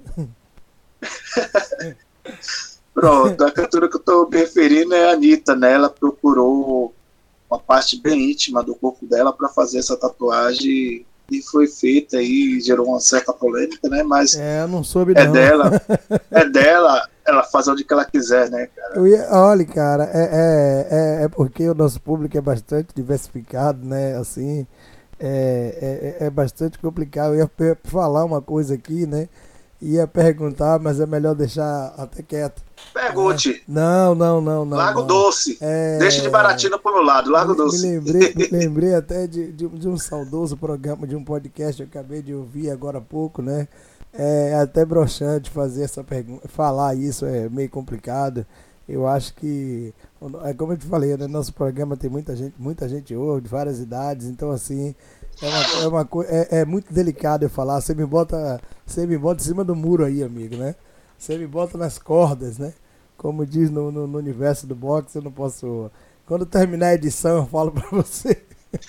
Pronto, a cantora que eu tô me referindo é a Anitta, né? Ela procurou uma parte bem íntima do corpo dela para fazer essa tatuagem e foi feita e gerou uma certa polêmica, né? Mas é, eu não soube é não. dela, é dela, ela faz onde que ela quiser, né, cara? Eu ia, olha, cara, é, é, é, é porque o nosso público é bastante diversificado, né? Assim, é, é, é bastante complicado. Eu ia falar uma coisa aqui, né? Ia perguntar, mas é melhor deixar até quieto. Pergunte. É. Não, não, não, não. Largo não. Doce. É... Deixa de Baratina pro meu lado, Largo me, Doce. Me lembrei, me lembrei até de, de, de um saudoso programa, de um podcast que eu acabei de ouvir agora há pouco, né? É até broxante fazer essa pergunta, falar isso é meio complicado. Eu acho que, é como eu te falei, né? Nosso programa tem muita gente, muita gente ouve, de várias idades, então assim, é uma, é, uma, é, é muito delicado eu falar. Você me bota, você me bota em cima do muro aí, amigo, né? Você me bota nas cordas, né? Como diz no, no, no universo do boxe, eu não posso. Quando terminar a edição, eu falo pra você.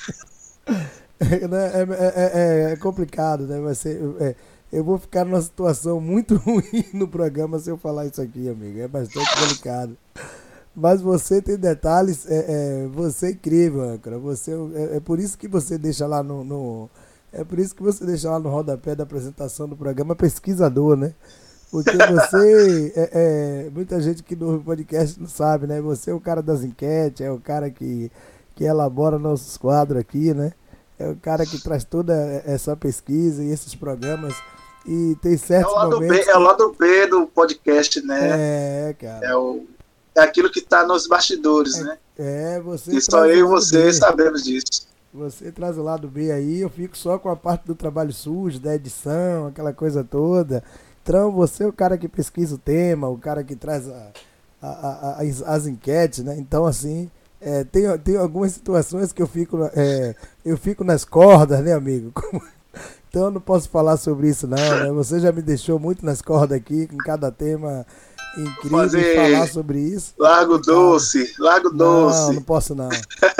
é, é, é, é complicado, né? Vai ser. É, eu vou ficar numa situação muito ruim no programa se eu falar isso aqui, amigo. É bastante delicado. Mas você tem detalhes, é, é, você é incrível, âncora. Você, é, é por isso que você deixa lá no, no. É por isso que você deixa lá no rodapé da apresentação do programa pesquisador, né? Porque você, é, é, muita gente que no podcast não sabe, né? Você é o cara das enquetes, é o cara que, que elabora nossos quadros aqui, né? É o cara que traz toda essa pesquisa e esses programas. E tem certos é o lado momentos... B, que... É o lado B do podcast, né? É, cara. É, o, é aquilo que tá nos bastidores, é, né? É, você... E só eu e você B. sabemos disso. Você traz o lado B aí, eu fico só com a parte do trabalho sujo, da edição, aquela coisa toda... Então, você é o cara que pesquisa o tema, o cara que traz a, a, a, as, as enquetes, né? Então, assim, é, tem, tem algumas situações que eu fico, é, eu fico nas cordas, né, amigo? Como... Então, eu não posso falar sobre isso, não, né? Você já me deixou muito nas cordas aqui, com cada tema incrível, fazer falar sobre isso. Largo Doce, Largo Doce. Não, não posso, não.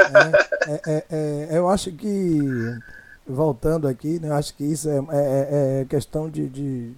É, é, é, é, eu acho que, voltando aqui, né, eu acho que isso é, é, é questão de... de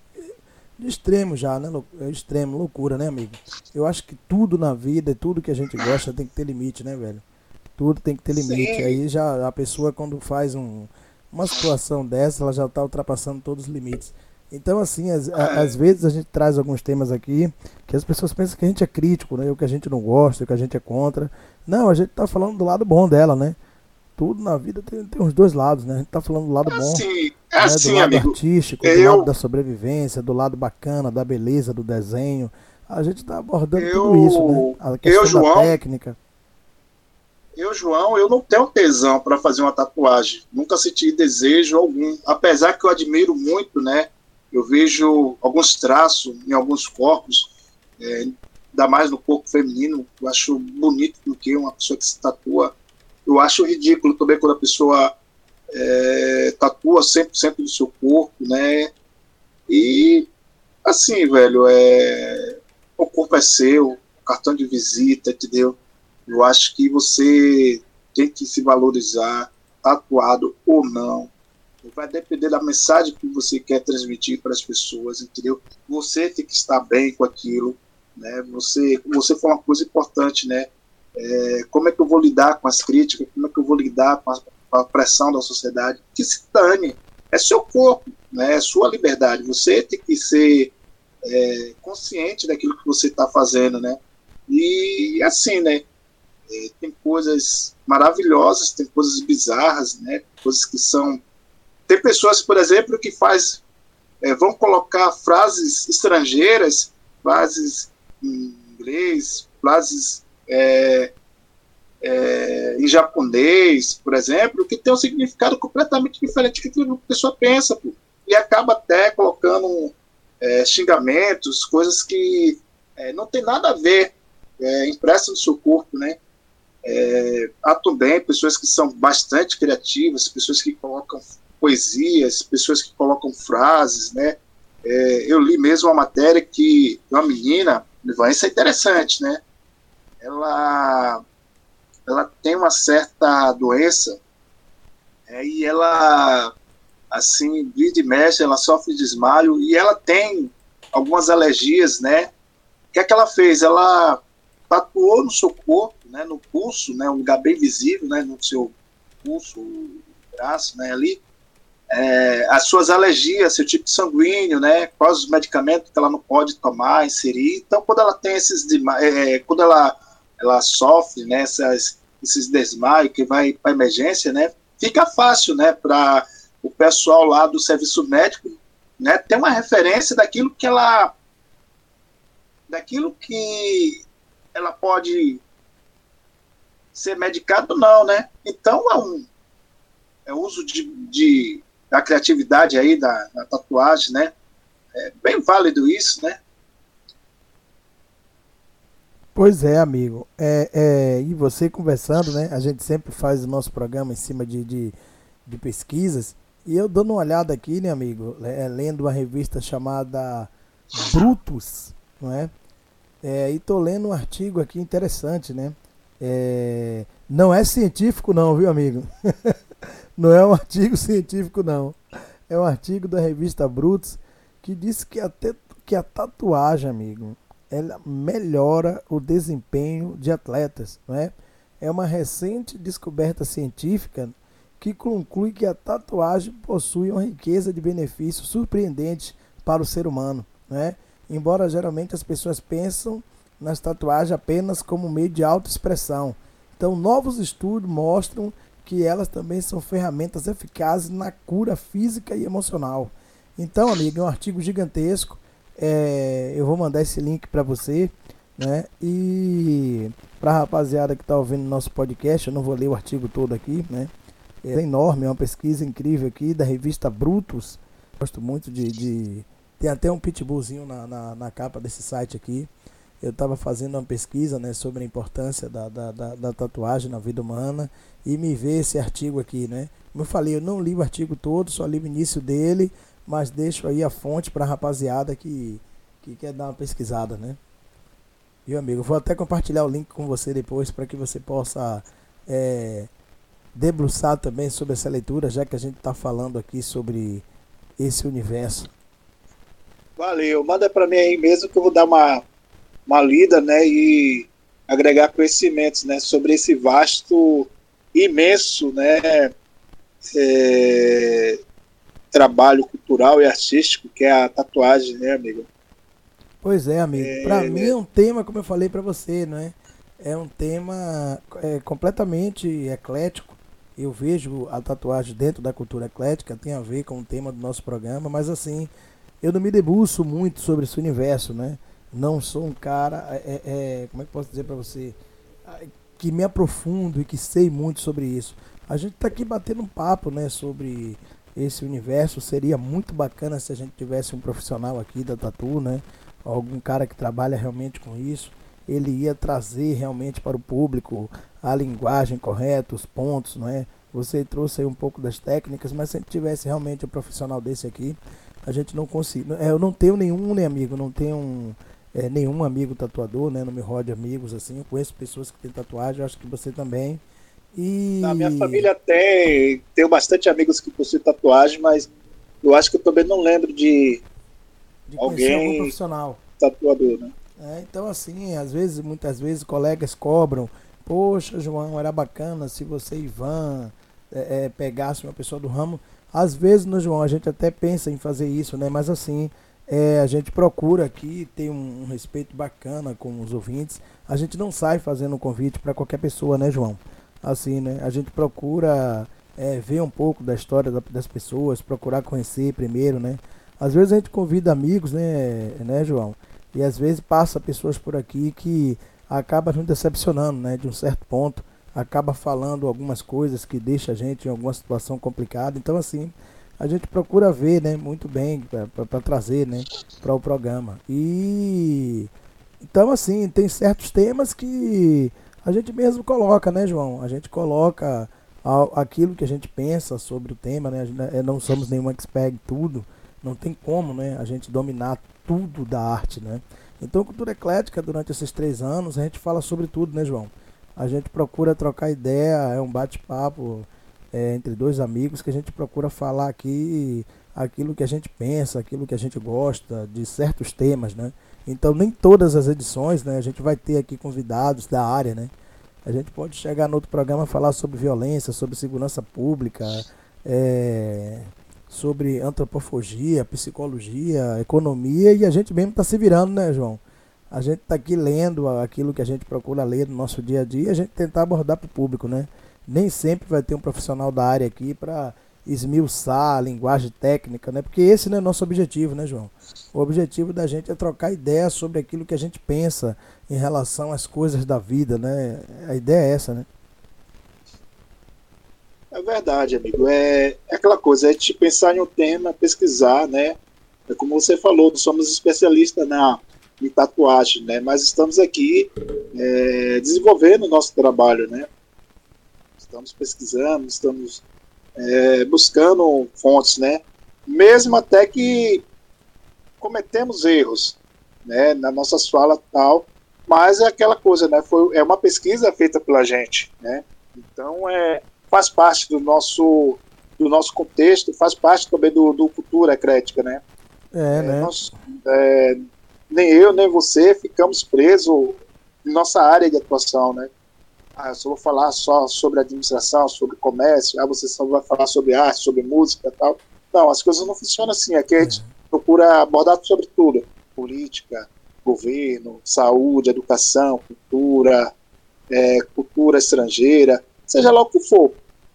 de extremo já, né? É extremo, loucura, né, amigo? Eu acho que tudo na vida, tudo que a gente gosta tem que ter limite, né, velho? Tudo tem que ter limite. Sim. Aí já a pessoa, quando faz um, uma situação dessa, ela já tá ultrapassando todos os limites. Então, assim, às, a, às vezes a gente traz alguns temas aqui que as pessoas pensam que a gente é crítico, né? O que a gente não gosta, o que a gente é contra. Não, a gente tá falando do lado bom dela, né? Tudo na vida tem, tem os dois lados, né? A gente tá falando do lado bom, assim, é né? assim, Do lado amigo. artístico, eu... do lado da sobrevivência, do lado bacana, da beleza, do desenho. A gente tá abordando eu... tudo isso, né? A questão eu, João, da técnica. Eu, João, eu não tenho tesão para fazer uma tatuagem. Nunca senti desejo algum. Apesar que eu admiro muito, né? Eu vejo alguns traços em alguns corpos, é, ainda mais no corpo feminino. Eu acho bonito do que uma pessoa que se tatua. Eu acho ridículo também quando a pessoa é, tatua cem por cento do seu corpo, né? E, assim, velho, é, o corpo é seu, o cartão de visita, entendeu? Eu acho que você tem que se valorizar, tatuado ou não. Vai depender da mensagem que você quer transmitir para as pessoas, entendeu? Você tem que estar bem com aquilo, né? Você, você foi uma coisa importante, né? É, como é que eu vou lidar com as críticas, como é que eu vou lidar com a, com a pressão da sociedade? Que se dane, é seu corpo, né? É sua liberdade, você tem que ser é, consciente daquilo que você está fazendo, né? E assim, né? É, tem coisas maravilhosas, tem coisas bizarras, né? Coisas que são... Tem pessoas, por exemplo, que faz, é, vão colocar frases estrangeiras, frases em inglês, frases... É, é, em japonês, por exemplo, que tem um significado completamente diferente do que a pessoa pensa, pô, e acaba até colocando é, xingamentos, coisas que é, não tem nada a ver, é, impressa no seu corpo, né? É, há também pessoas que são bastante criativas, pessoas que colocam poesias, pessoas que colocam frases, né? É, eu li mesmo uma matéria que uma menina, isso é interessante, né? Ela, ela tem uma certa doença é, e ela, assim, vira e mexe, ela sofre de desmaio e ela tem algumas alergias, né? O que é que ela fez? Ela tatuou no seu corpo, né, no pulso, né, um lugar bem visível, né, no seu pulso, braço, né, ali, é, as suas alergias, seu tipo sanguíneo, né, quais os medicamentos que ela não pode tomar, inserir. Então, quando ela tem esses, é, quando ela, ela sofre, né, essas, esses desmaios que vai para emergência, né, fica fácil, né, para o pessoal lá do serviço médico, né, ter uma referência daquilo que ela, daquilo que ela pode ser medicada ou não, né? Então é um é uso de, de da criatividade aí da, da tatuagem, né? É bem válido isso, né? Pois é, amigo. É, é, e você conversando, né? A gente sempre faz o nosso programa em cima de, de, de pesquisas. E eu dando uma olhada aqui, né, amigo? É, lendo uma revista chamada Brutus, não é? É, e tô lendo um artigo aqui interessante, né? É, não é científico não, viu, amigo? Não é um artigo científico não. É um artigo da revista Brutus que diz que a, te, que a tatuagem, amigo, ela melhora o desempenho de atletas, não é? É uma recente descoberta científica que conclui que a tatuagem possui uma riqueza de benefícios surpreendentes para o ser humano, não é? Embora geralmente as pessoas pensam nas tatuagens apenas como meio de autoexpressão. Então, novos estudos mostram que elas também são ferramentas eficazes na cura física e emocional. Então, amigo, é um artigo gigantesco. É, eu vou mandar esse link para você, né? E para a rapaziada que está ouvindo nosso podcast, eu não vou ler o artigo todo aqui, né? É enorme, é uma pesquisa incrível aqui da revista Brutus. Gosto muito de... de... Tem até um pitbullzinho na, na, na capa desse site aqui. Eu estava fazendo uma pesquisa, né, sobre a importância da, da, da, da tatuagem na vida humana e me veio esse artigo aqui, né? Como eu falei, eu não li o artigo todo, só li o início dele, mas deixo aí a fonte para a rapaziada que, que quer dar uma pesquisada, né? Viu, amigo? Eu vou até compartilhar o link com você depois para que você possa é, debruçar também sobre essa leitura, já que a gente está falando aqui sobre esse universo. Valeu, manda para mim aí mesmo que eu vou dar uma, uma lida, né, e agregar conhecimentos, né, sobre esse vasto, imenso, né, é, trabalho cultural e artístico que é a tatuagem, né, amigo? Pois é, amigo. É, Para né? mim é um tema, como eu falei para você, né, é um tema é, completamente eclético. Eu vejo a tatuagem dentro da cultura eclética, tem a ver com o tema do nosso programa, mas assim, eu não me debruço muito sobre esse universo, né? Não sou um cara, é, é, como é que posso dizer para você, que me aprofundo e que sei muito sobre isso. A gente tá aqui batendo um papo, né, sobre esse universo. Seria muito bacana se a gente tivesse um profissional aqui da tatu, né? Algum cara que trabalha realmente com isso. Ele ia trazer realmente para o público a linguagem correta, os pontos, não é? Você trouxe aí um pouco das técnicas, mas se a gente tivesse realmente um profissional desse aqui, a gente não consegue. Eu não tenho nenhum, nem amigo, não tenho é, nenhum amigo tatuador, né? Não me rode amigos assim. Eu conheço pessoas que têm tatuagem, eu acho que você também. E Na minha família tem, tenho bastante amigos que possuem tatuagem, mas eu acho que eu também não lembro de, de conhecer alguém algum profissional. Tatuador, né? É, então assim, às vezes, muitas vezes colegas cobram, poxa, João, era bacana se você, Ivan, é, é, pegasse uma pessoa do ramo. Às vezes, no João, a gente até pensa em fazer isso, né? Mas assim, é, a gente procura aqui ter um, um respeito bacana com os ouvintes. A gente não sai fazendo um convite para qualquer pessoa, né, João? Assim, né? A gente procura é, ver um pouco da história da, das pessoas, procurar conhecer primeiro, né? Às vezes a gente convida amigos, né, né, João? E às vezes passa pessoas por aqui que acabam nos decepcionando, né? De um certo ponto. Acaba falando algumas coisas que deixa a gente em alguma situação complicada. Então, assim, a gente procura ver, né, muito bem para trazer, né, para o programa. E então, assim, tem certos temas que a gente mesmo coloca, né, João? A gente coloca aquilo que a gente pensa sobre o tema, né? Não somos nenhum expert em tudo. Não tem como, né, a gente dominar tudo da arte, né? Então, Cultura Eclética, durante esses três anos, a gente fala sobre tudo, né, João? A gente procura trocar ideia, é um bate-papo é, entre dois amigos que a gente procura falar aqui aquilo que a gente pensa, aquilo que a gente gosta de certos temas, né? Então, nem todas as edições, né, a gente vai ter aqui convidados da área, né? A gente pode chegar no outro programa e falar sobre violência, sobre segurança pública, é, sobre antropofagia, psicologia, economia, e a gente mesmo está se virando, né, João? A gente está aqui lendo aquilo que a gente procura ler no nosso dia a dia e a gente tentar abordar para o público, né? Nem sempre vai ter um profissional da área aqui para esmiuçar a linguagem técnica, né? Porque esse não é nosso objetivo, né, João? O objetivo da gente é trocar ideias sobre aquilo que a gente pensa em relação às coisas da vida, né? A ideia é essa, né? É verdade, amigo. É, é aquela coisa, é te pensar em um tema, pesquisar, né? É como você falou, nós somos especialistas na, em tatuagem, né? Mas estamos aqui é, desenvolvendo o nosso trabalho, né? Estamos pesquisando, estamos é, buscando fontes, né? Mesmo até que cometemos erros, né? Nas nossas falas e tal, mas é aquela coisa, né? Foi, é uma pesquisa feita pela gente, né? Então, é, faz parte do nosso, do nosso contexto, faz parte também do, do Cultura Eclética, né? É, é, né? Nós, é, nem eu, nem você ficamos presos em nossa área de atuação, né? Ah, eu só vou falar só sobre administração, sobre comércio, ah, você só vai falar sobre arte, sobre música e tal. Não, as coisas não funcionam assim. Aqui a gente procura abordar sobre tudo. Política, governo, saúde, educação, cultura, é, cultura estrangeira, seja lá o que for.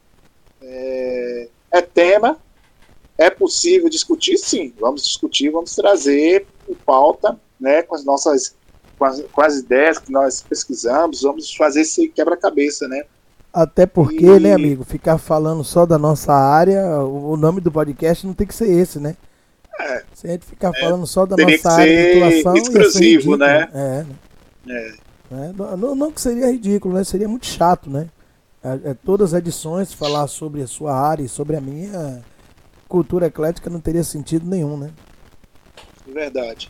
É, é tema, é possível discutir, sim. Vamos discutir, vamos trazer em pauta, né, com as nossas... Com as, com as ideias que nós pesquisamos, vamos fazer esse quebra-cabeça, né? Até porque, e... né, amigo, ficar falando só da nossa área, o nome do podcast não tem que ser esse, né? É, Se a gente ficar é, falando só da nossa área de atuação, exclusivo, né? É, é. Né? Não, não que seria ridículo, né? Seria muito chato, né? É, é, todas as edições falar sobre a sua área e sobre a minha cultura eclética não teria sentido nenhum, né? Verdade.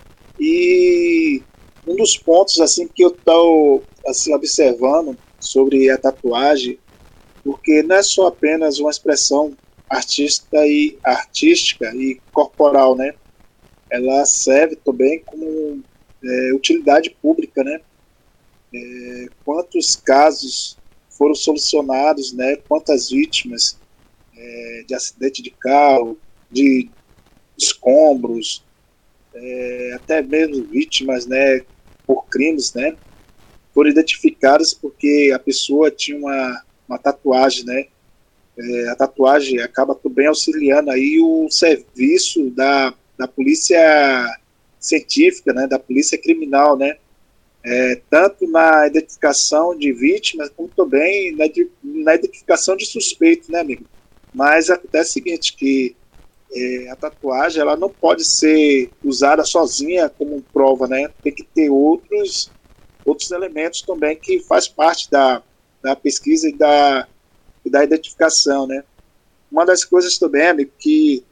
E um dos pontos assim que eu estou assim, observando sobre a tatuagem, porque não é só apenas uma expressão artista e artística e corporal, né? Ela serve também como é, utilidade pública, né? É, quantos casos foram solucionados, né? Quantas vítimas é, de acidente de carro, de escombros, é, até mesmo vítimas, né? Por crimes, né? Foram identificadas porque a pessoa tinha uma, uma tatuagem, né? É, a tatuagem acaba também auxiliando aí o serviço da, da polícia científica, né? Da polícia criminal, né? É, tanto na identificação de vítimas, como também na, na identificação de suspeitos, né, amigo? Mas acontece o seguinte, que é, a tatuagem ela não pode ser usada sozinha como prova, né? Tem que ter outros, outros elementos também que faz parte da, da pesquisa e da, e da identificação, né? Uma das coisas também, amigo, que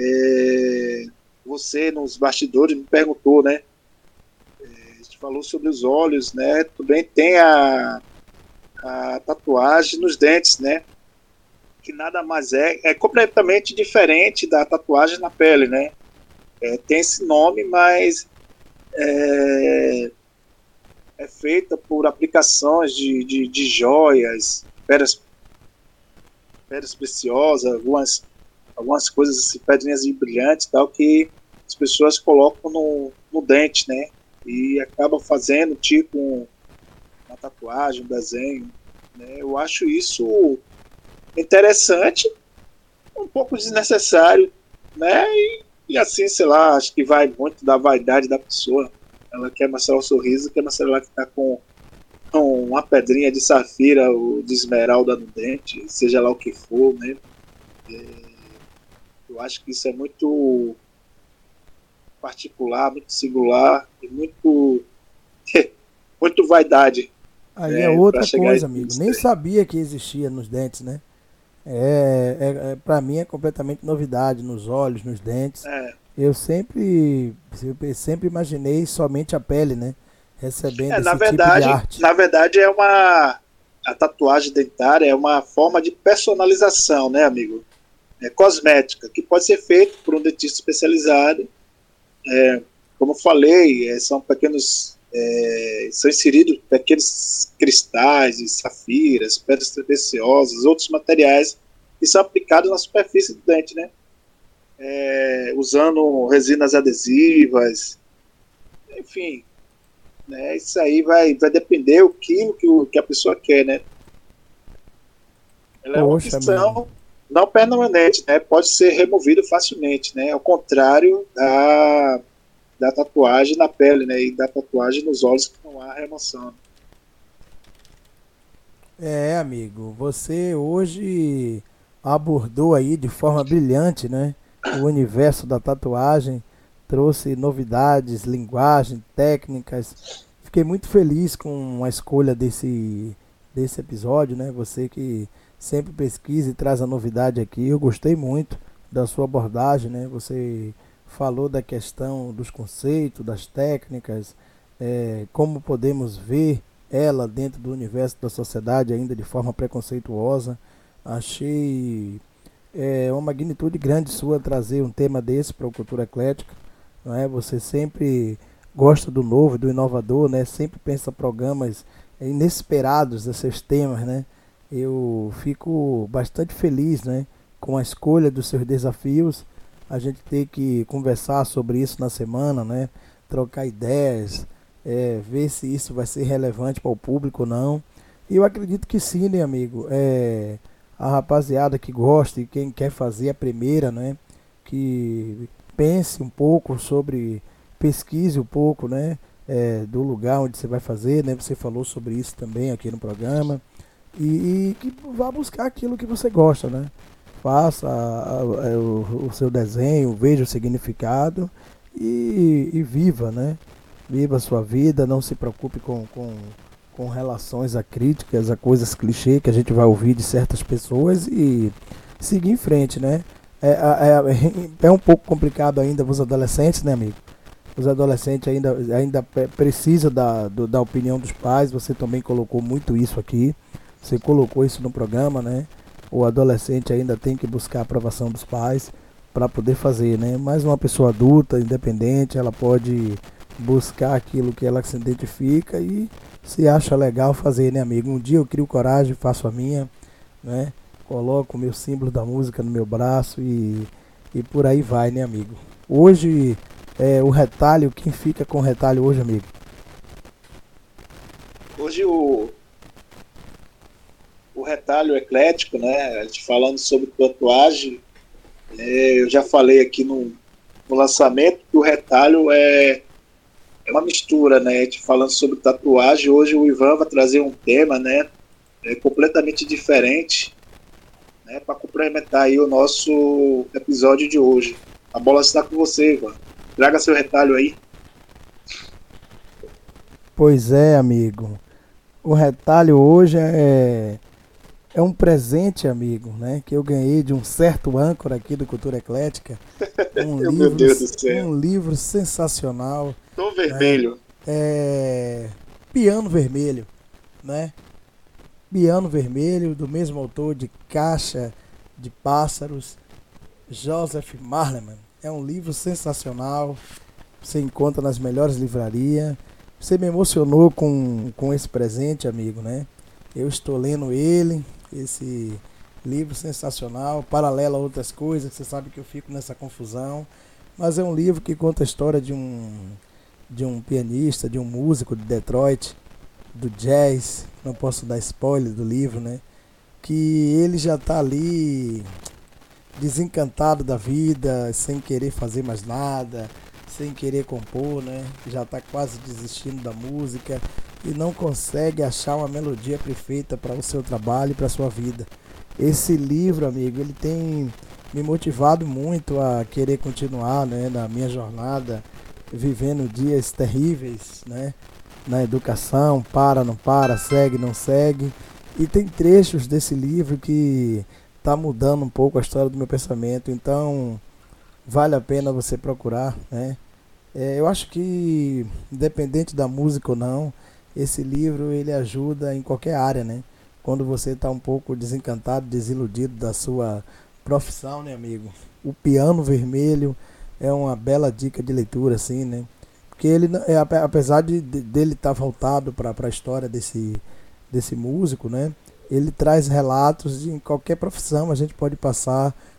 é, você nos bastidores me perguntou, né? Falou sobre os olhos, né? Também tem a, a tatuagem nos dentes, né? Que nada mais é, é completamente diferente da tatuagem na pele, né? É, tem esse nome, mas é, é feita por aplicações de, de, de joias, pedras, pedras preciosas, algumas, algumas coisas assim, pedrinhas brilhantes, tal, que as pessoas colocam no, no dente, né? E acaba fazendo tipo um, uma tatuagem, um desenho, né? Eu acho isso interessante, um pouco desnecessário, né? E, e assim, sei lá, acho que vai muito da vaidade da pessoa. Ela quer mostrar o sorriso, quer mostrar lá que está com, com uma pedrinha de safira ou de esmeralda no dente, seja lá o que for, né? É, eu acho que isso é muito particular, muito singular e muito muito vaidade. Aí é, é outra coisa, amigo. Nem sabia que existia nos dentes, né? É, é, é, para mim é completamente novidade nos olhos, nos dentes. É. Eu sempre eu sempre imaginei somente a pele, né? Recebendo é, esse na verdade, tipo de arte. Na verdade é uma a tatuagem dentária é uma forma de personalização, né, amigo? É cosmética, que pode ser feito por um dentista especializado. É, como eu falei, é, são pequenos, é, são inseridos pequenos cristais, safiras, pedras preciosas, outros materiais que são aplicados na superfície do dente, né? é, usando resinas adesivas, enfim, né, isso aí vai, vai depender do que, que, o, que a pessoa quer, né? Ela é uma Poxa, opção amigo. não permanente, né? Pode ser removido facilmente, né? Ao contrário da, da tatuagem na pele, né? E da tatuagem nos olhos, que não há remoção. É, amigo, você hoje abordou aí de forma brilhante, né, o universo da tatuagem, trouxe novidades, linguagem, técnicas. Fiquei muito feliz com a escolha desse, desse episódio, né? Você que sempre pesquisa e traz a novidade aqui. Eu gostei muito da sua abordagem, né? Você falou da questão dos conceitos, das técnicas, eh, como podemos ver ela dentro do universo da sociedade ainda de forma preconceituosa. Achei é, uma magnitude grande sua trazer um tema desse para o Cultura Eclética, não é? Você sempre gosta do novo, do inovador, né? Sempre pensa programas inesperados desses temas, né? Eu fico bastante feliz, né, com a escolha dos seus desafios. A gente tem que conversar sobre isso na semana, né? Trocar ideias, é, ver se isso vai ser relevante para o público ou não. E eu acredito que sim, né, amigo? É, a rapaziada que gosta e quem quer fazer a primeira, né? Que pense um pouco sobre, pesquise um pouco, né? É, do lugar onde você vai fazer, né? Você falou sobre isso também aqui no programa. E, e que vá buscar aquilo que você gosta, né? Faça a- a- o, o seu desenho, veja o significado e, e viva, né? Viva a sua vida, não se preocupe com, com, com relações a críticas, a coisas clichê que a gente vai ouvir de certas pessoas e seguir em frente, né? É, é, é um pouco complicado ainda para os adolescentes, né, amigo? Os adolescentes ainda, ainda pe- precisam da, do- da opinião dos pais, você também colocou muito isso aqui, você colocou isso no programa, né? O adolescente ainda tem que buscar a aprovação dos pais para poder fazer, né? Mas uma pessoa adulta, independente, ela pode buscar aquilo que ela se identifica e se acha legal fazer, né, amigo? Um dia eu crio coragem, faço a minha, né? Coloco o meu símbolo da música no meu braço e, e por aí vai, né, amigo? Hoje, é, o retalho, quem fica com o retalho hoje, amigo? Hoje o, o retalho eclético, né? A gente falando sobre tatuagem, é, eu já falei aqui no, no lançamento que o retalho é, é uma mistura, né? A gente falando sobre tatuagem, hoje o Ivan vai trazer um tema, né? É, completamente diferente, né? Para complementar aí o nosso episódio de hoje. A bola está com você, Ivan. Traga seu retalho aí. Pois é, amigo. O retalho hoje é, é um presente, amigo, né? Que eu ganhei de um certo âncora aqui do Cultura Eclética. Um Meu livro, Deus do céu. um livro sensacional. Tom vermelho. É, Piano Vermelho, né? Piano Vermelho, do mesmo autor de Caixa de Pássaros, Joseph Marleman. É um livro sensacional. Você encontra nas melhores livrarias. Você me emocionou com, com esse presente, amigo, né? Eu estou lendo ele, esse livro sensacional, paralelo a outras coisas, você sabe que eu fico nessa confusão. Mas é um livro que conta a história de um, de um pianista, de um músico de Detroit, do jazz. Não posso dar spoiler do livro, né? Que ele já está ali desencantado da vida, sem querer fazer mais nada, sem querer compor, né? Já está quase desistindo da música e não consegue achar uma melodia perfeita para o seu trabalho e para a sua vida. Esse livro, amigo, ele tem me motivado muito a querer continuar, né, na minha jornada, vivendo dias terríveis, né, na educação, para, não para, segue, não segue. E tem trechos desse livro que está mudando um pouco a história do meu pensamento, então vale a pena você procurar, né? É, eu acho que, independente da música ou não, esse livro ele ajuda em qualquer área, né? Quando você está um pouco desencantado, desiludido da sua profissão, né, amigo? O Piano Vermelho é uma bela dica de leitura, assim, né? Porque ele, é, apesar de, de dele estar tá voltado para a história desse, desse músico, né? Ele traz relatos de em qualquer profissão a gente pode passar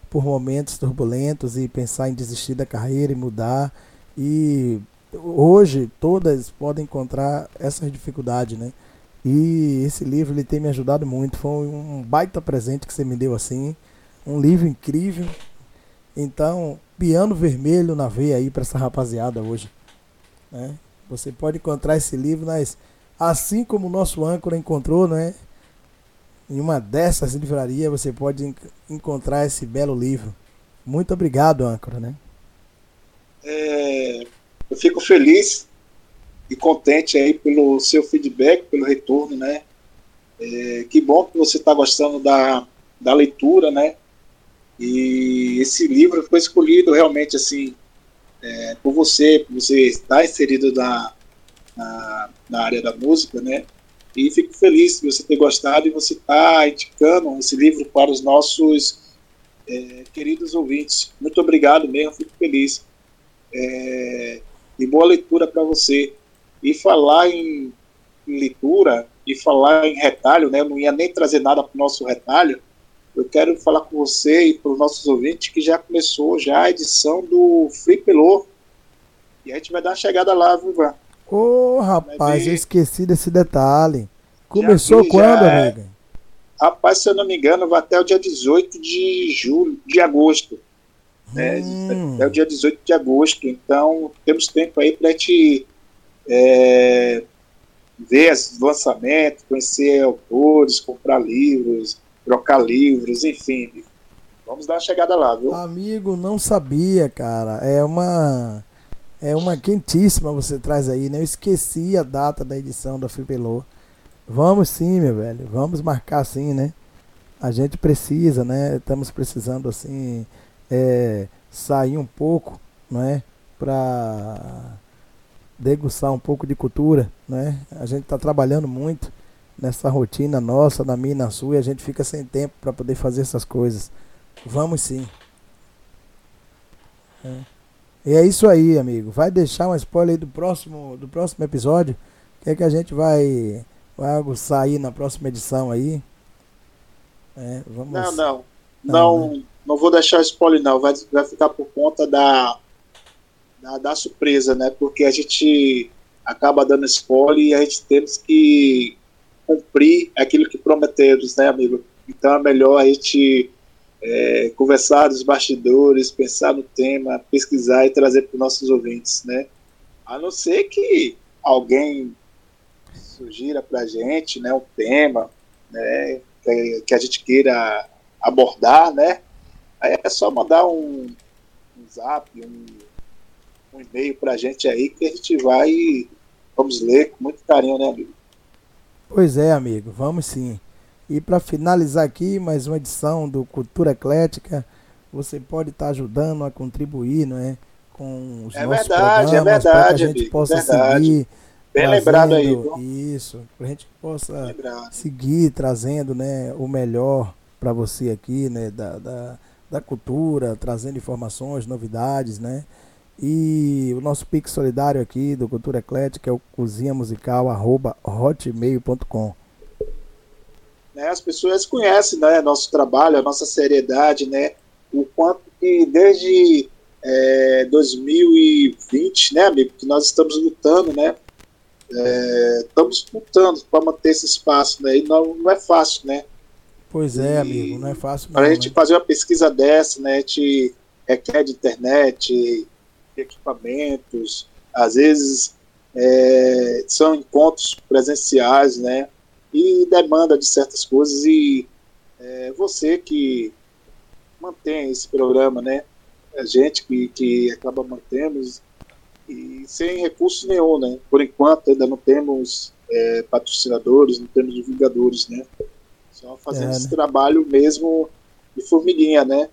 por momentos turbulentos e pensar em desistir da carreira e mudar. E hoje todas podem encontrar essas dificuldades, né? E esse livro ele tem me ajudado muito. Foi um baita presente que você me deu assim. Um livro incrível. Então, piano vermelho na veia aí para essa rapaziada hoje, né? Você pode encontrar esse livro, mas assim como o nosso âncora encontrou, né? Em uma dessas livrarias você pode en- encontrar esse belo livro. Muito obrigado, âncora, né? É, eu fico feliz e contente aí pelo seu feedback, pelo retorno, né? É, que bom que você está gostando da, da leitura, né? E esse livro foi escolhido realmente assim é, por você, por você estar inserido na, na, na área da música, né? E fico feliz de você ter gostado e você estar indicando esse livro para os nossos é, queridos ouvintes. Muito obrigado mesmo, fico feliz. É, e boa leitura para você. E falar em, em leitura e falar em retalho, né? Eu não ia nem trazer nada para o nosso retalho. Eu quero falar com você e para os nossos ouvintes que já começou já a edição do Free Pelô. E a gente vai dar uma chegada lá, viu, Ivan? Ô, rapaz, ver. eu esqueci desse detalhe. Começou vi, quando, já é. amiga? Rapaz, se eu não me engano, vai até o dia dezoito de julho, de agosto. Né? Hum. Até o dia dezoito de agosto. Então, temos tempo aí para a gente é, ver os lançamentos, conhecer autores, comprar livros, trocar livros, enfim. Vamos dar uma chegada lá, viu? Amigo, não sabia, cara. É uma é uma quentíssima você traz aí, né? Eu esqueci a data da edição da Fripelô. Vamos sim, meu velho. Vamos marcar sim, né? A gente precisa, né? Estamos precisando assim é, sair um pouco, não é? Para degustar um pouco de cultura, né? A gente está trabalhando muito nessa rotina nossa, na minha e na sua, e a gente fica sem tempo para poder fazer essas coisas. Vamos sim. É. E é isso aí, amigo. Vai deixar um spoiler aí do próximo, do próximo episódio? O que é que a gente vai, vai aguçar aí na próxima edição aí? É, vamos... Não, não. Não, Não, né? não vou deixar spoiler, não. Vai, vai ficar por conta da, da, da surpresa, né? Porque a gente acaba dando spoiler e a gente temos que cumprir aquilo que prometemos, né, amigo? Então é melhor a gente é, conversar dos bastidores, pensar no tema, pesquisar e trazer para os nossos ouvintes, né? A não ser que alguém sugira para a gente, né, um tema, né, que, que a gente queira abordar, né? Aí é só mandar um, um zap, um, um e-mail para a gente aí que a gente vai e vamos ler com muito carinho, né, amigo? Pois é, amigo, vamos sim. E para finalizar aqui, mais uma edição do Cultura Eclética, você pode estar ajudando a contribuir, não é, com os É nossos verdade, é programas, para que a verdade, gente amigo, possa verdade. seguir Bem trazendo, lembrado aí, viu? isso, para a gente possa Lembrado. seguir trazendo, né, o melhor para você aqui, né, da, da, da cultura, trazendo informações, novidades, né? E o nosso Pix solidário aqui do Cultura Eclética é o cozinha musical arroba hotmail ponto com. Né, as pessoas conhecem, né, nosso trabalho, a nossa seriedade, né? O quanto que desde é, dois mil e vinte, né, amigo, que nós estamos lutando, né? É, estamos lutando para manter esse espaço, né? E não, não é fácil, né? Pois é, amigo, não é fácil não, para a gente né? fazer uma pesquisa dessa, né? A gente requer de internet, equipamentos, às vezes é, são encontros presenciais, né? E demanda de certas coisas e é, você que mantém esse programa, né? A gente que, que acaba mantendo e sem recurso nenhum, né? Por enquanto ainda não temos é, patrocinadores, não temos divulgadores, né? Só fazendo É, esse né? trabalho mesmo de formiguinha, né?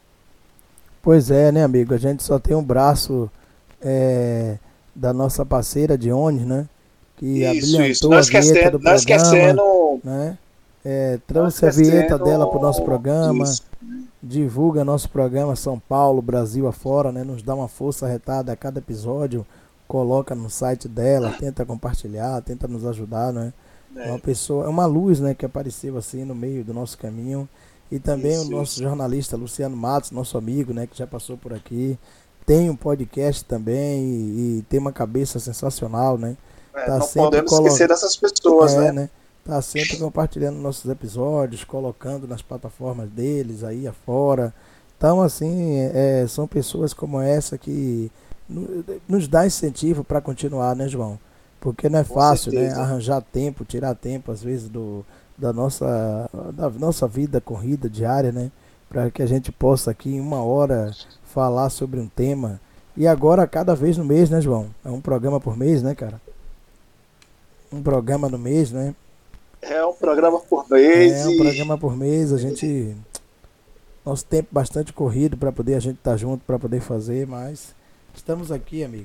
Pois é, né, amigo? A gente só tem um braço é, da nossa parceira Dione, né? Que Isso, abrilhantou isso. Não a vinheta esquecendo, do não programa, esquecendo, né? É, não trouxe a vinheta esquecendo dela para o nosso programa, disso. divulga nosso programa São Paulo, Brasil afora, né? Nos dá uma força retada a cada episódio, coloca no site dela, tenta compartilhar, tenta nos ajudar, né? É uma pessoa, é uma luz, né, que apareceu assim no meio do nosso caminho. E também isso, o nosso isso. jornalista Luciano Matos, nosso amigo, né, que já passou por aqui. Tem um podcast também e, e tem uma cabeça sensacional, né? É, Tá não sempre podemos colo- esquecer dessas pessoas, É, né? né? Tá sempre compartilhando nossos episódios, colocando nas plataformas deles aí afora. Então, assim, é, são pessoas como essa que no- nos dá incentivo para continuar, né, João? Porque não é Com fácil, né? certeza. Arranjar tempo, tirar tempo, às vezes, do, da nossa, da nossa vida corrida diária, né? Para que a gente possa aqui em uma hora falar sobre um tema. E agora, cada vez no mês, né, João? É um programa por mês, né, cara? Um programa no mês, né? É um programa por mês É um e programa por mês, a gente. Nosso tempo bastante corrido para poder a gente estar junto, para poder fazer, mas estamos aqui, amigo.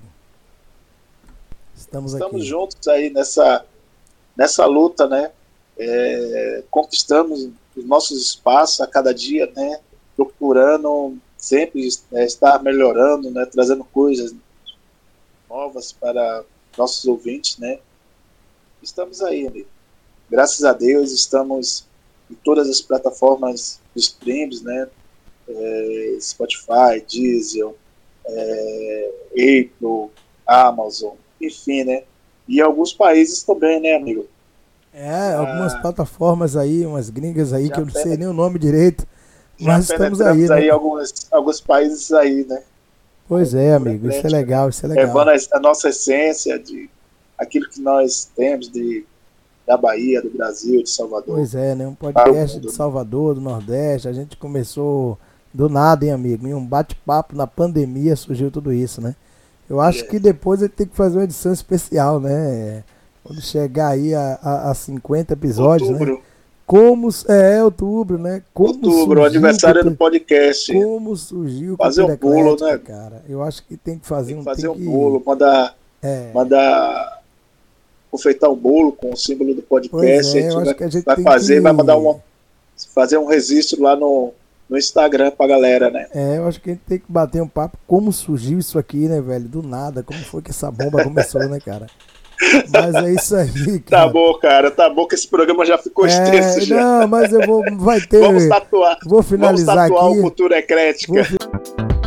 Estamos, estamos aqui. juntos aí nessa, nessa luta, né? É, conquistamos os nossos espaços a cada dia, né? Procurando sempre é, estar melhorando, né? Trazendo coisas novas para nossos ouvintes, né? Estamos aí, amigo. Graças a Deus, estamos em todas as plataformas de streams, né? É, Spotify, Deezer, é, Apple, Amazon, enfim, né? E alguns países também, né, amigo? É, Já- algumas plataformas aí, umas gringas aí já que eu não sei penetra- nem o nome direito, Já mas estamos aí, penetramos né? aí alguns, alguns países aí, né? Pois é, amigo, isso é legal, isso é legal. Levando a, a nossa essência de aquilo que nós temos de, da Bahia, do Brasil, de Salvador. Pois é, né? Um Para o podcast mundo, de né? Salvador, do Nordeste. A gente começou do nada, hein, amigo? Em um bate-papo na pandemia surgiu tudo isso, né? Eu acho É. que depois ele tem que fazer uma edição especial, né? Quando chegar aí a, a, a cinquenta episódios, né? Outubro, Como. É, outubro, né? Como outubro, o surgiu aniversário Cultura- do podcast. Como surgiu o Fazer Cultura um bolo, Eclética, né? cara? Eu acho que tem que fazer Tem que um. fazer tem um que- bolo, mandar, É. mandar confeitar um bolo com o símbolo do Pois podcast. é, a gente eu acho vai, que a gente vai tem fazer, que... vai mandar uma, fazer um registro lá no, no Instagram pra galera, né? É, eu acho que a gente tem que bater um papo como surgiu isso aqui, né, velho? Do nada, como foi que essa bomba começou, né, cara? Mas é isso aí, Tá cara. bom, cara, tá bom que esse programa já ficou extenso É, já. não, mas eu vou, vai ter, Vamos tatuar, vou finalizar vamos tatuar aqui. o Cultura Eclética. Vou fi-